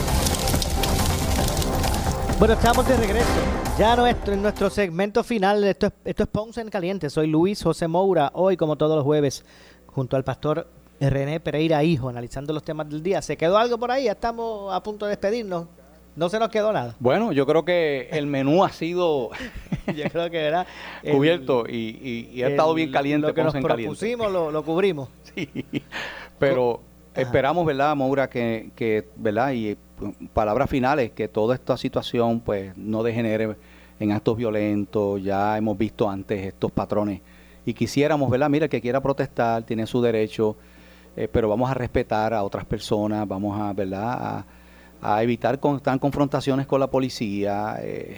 Bueno, estamos de regreso. Ya nuestro, en nuestro segmento final, esto es, esto es Ponce en Caliente. Soy Luis José Moura, hoy como todos los jueves, junto al pastor René Pereira Hijo, analizando los temas del día. ¿Se quedó algo por ahí? Ya estamos a punto de despedirnos. No se nos quedó nada. Bueno, yo creo que el menú ha sido yo creo que era el, cubierto y, y, y ha el, estado bien caliente. Lo que nos propusimos lo, lo cubrimos. Sí, pero Ajá. esperamos, ¿verdad, Moura, que, que, ¿verdad? Y palabras finales, que toda esta situación pues no degenere en actos violentos. Ya hemos visto antes estos patrones y quisiéramos, ¿verdad? Mira, el que quiera protestar tiene su derecho. Eh, pero vamos a respetar a otras personas, vamos a, ¿verdad? a, a evitar con, tan confrontaciones con la policía, eh,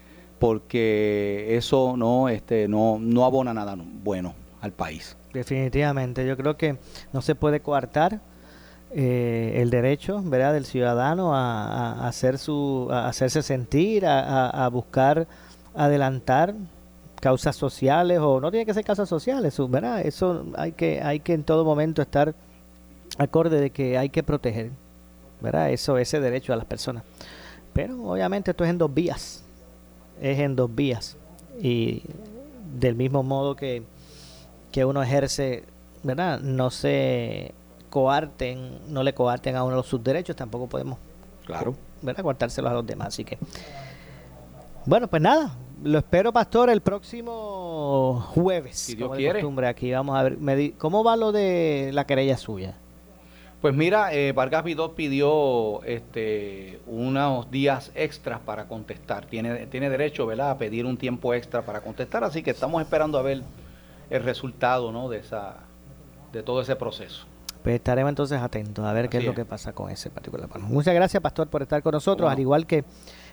porque eso no, este, no, no abona nada bueno al país. Definitivamente, yo creo que no se puede coartar eh, el derecho, ¿verdad?, del ciudadano a, a, hacer su, a hacerse sentir, a, a, a buscar adelantar causas sociales, o no tiene que ser causas sociales, ¿verdad? Eso hay que hay que en todo momento estar acorde de que hay que proteger, ¿verdad? Eso, ese derecho a las personas. Pero obviamente esto es en dos vías, es en dos vías y del mismo modo que que uno ejerce, ¿verdad? No se coarten, no le coarten a uno sus derechos, tampoco podemos, claro, ¿verdad?, coartárselos a los demás. Así que, bueno, pues nada. Lo espero, pastor, el próximo jueves. Si Dios como quiere. De costumbre, aquí vamos a ver. Me di, ¿Cómo va lo de la querella suya? Pues mira, eh, Vargas Vidot pidió este, unos días extras para contestar. Tiene, tiene derecho, ¿verdad?, a pedir un tiempo extra para contestar. Así que estamos esperando a ver el resultado, ¿no?, de esa, de todo ese proceso. Pues estaremos entonces atentos a ver Así qué es, es lo que pasa con ese particular. Bueno, muchas gracias, pastor, por estar con nosotros, bueno. Al igual que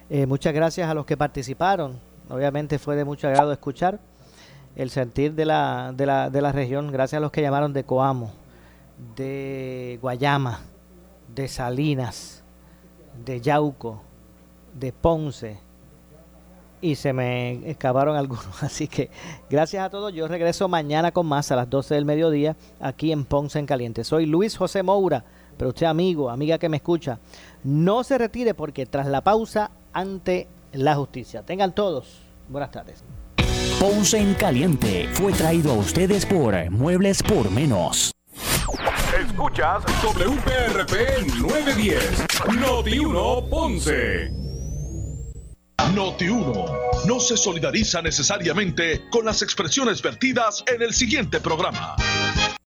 Eh, muchas gracias a los que participaron. Obviamente fue de mucho agrado escuchar el sentir de la, de la, de la región. Gracias a los que llamaron de Coamo, de Guayama, de Salinas, de Yauco, de Ponce, y se me escaparon algunos. Así que gracias a todos. Yo regreso mañana con más a las doce del mediodía aquí en Ponce en Caliente. Soy Luis José Moura, pero usted, amigo, amiga que me escucha, no se retire, porque tras la pausa, ante la justicia. Tengan todos buenas tardes. Ponce en Caliente fue traído a ustedes por Muebles por Menos. Escuchas W P R P nueve diez, Noti uno Ponce. Noti uno no se solidariza necesariamente con las expresiones vertidas en el siguiente programa.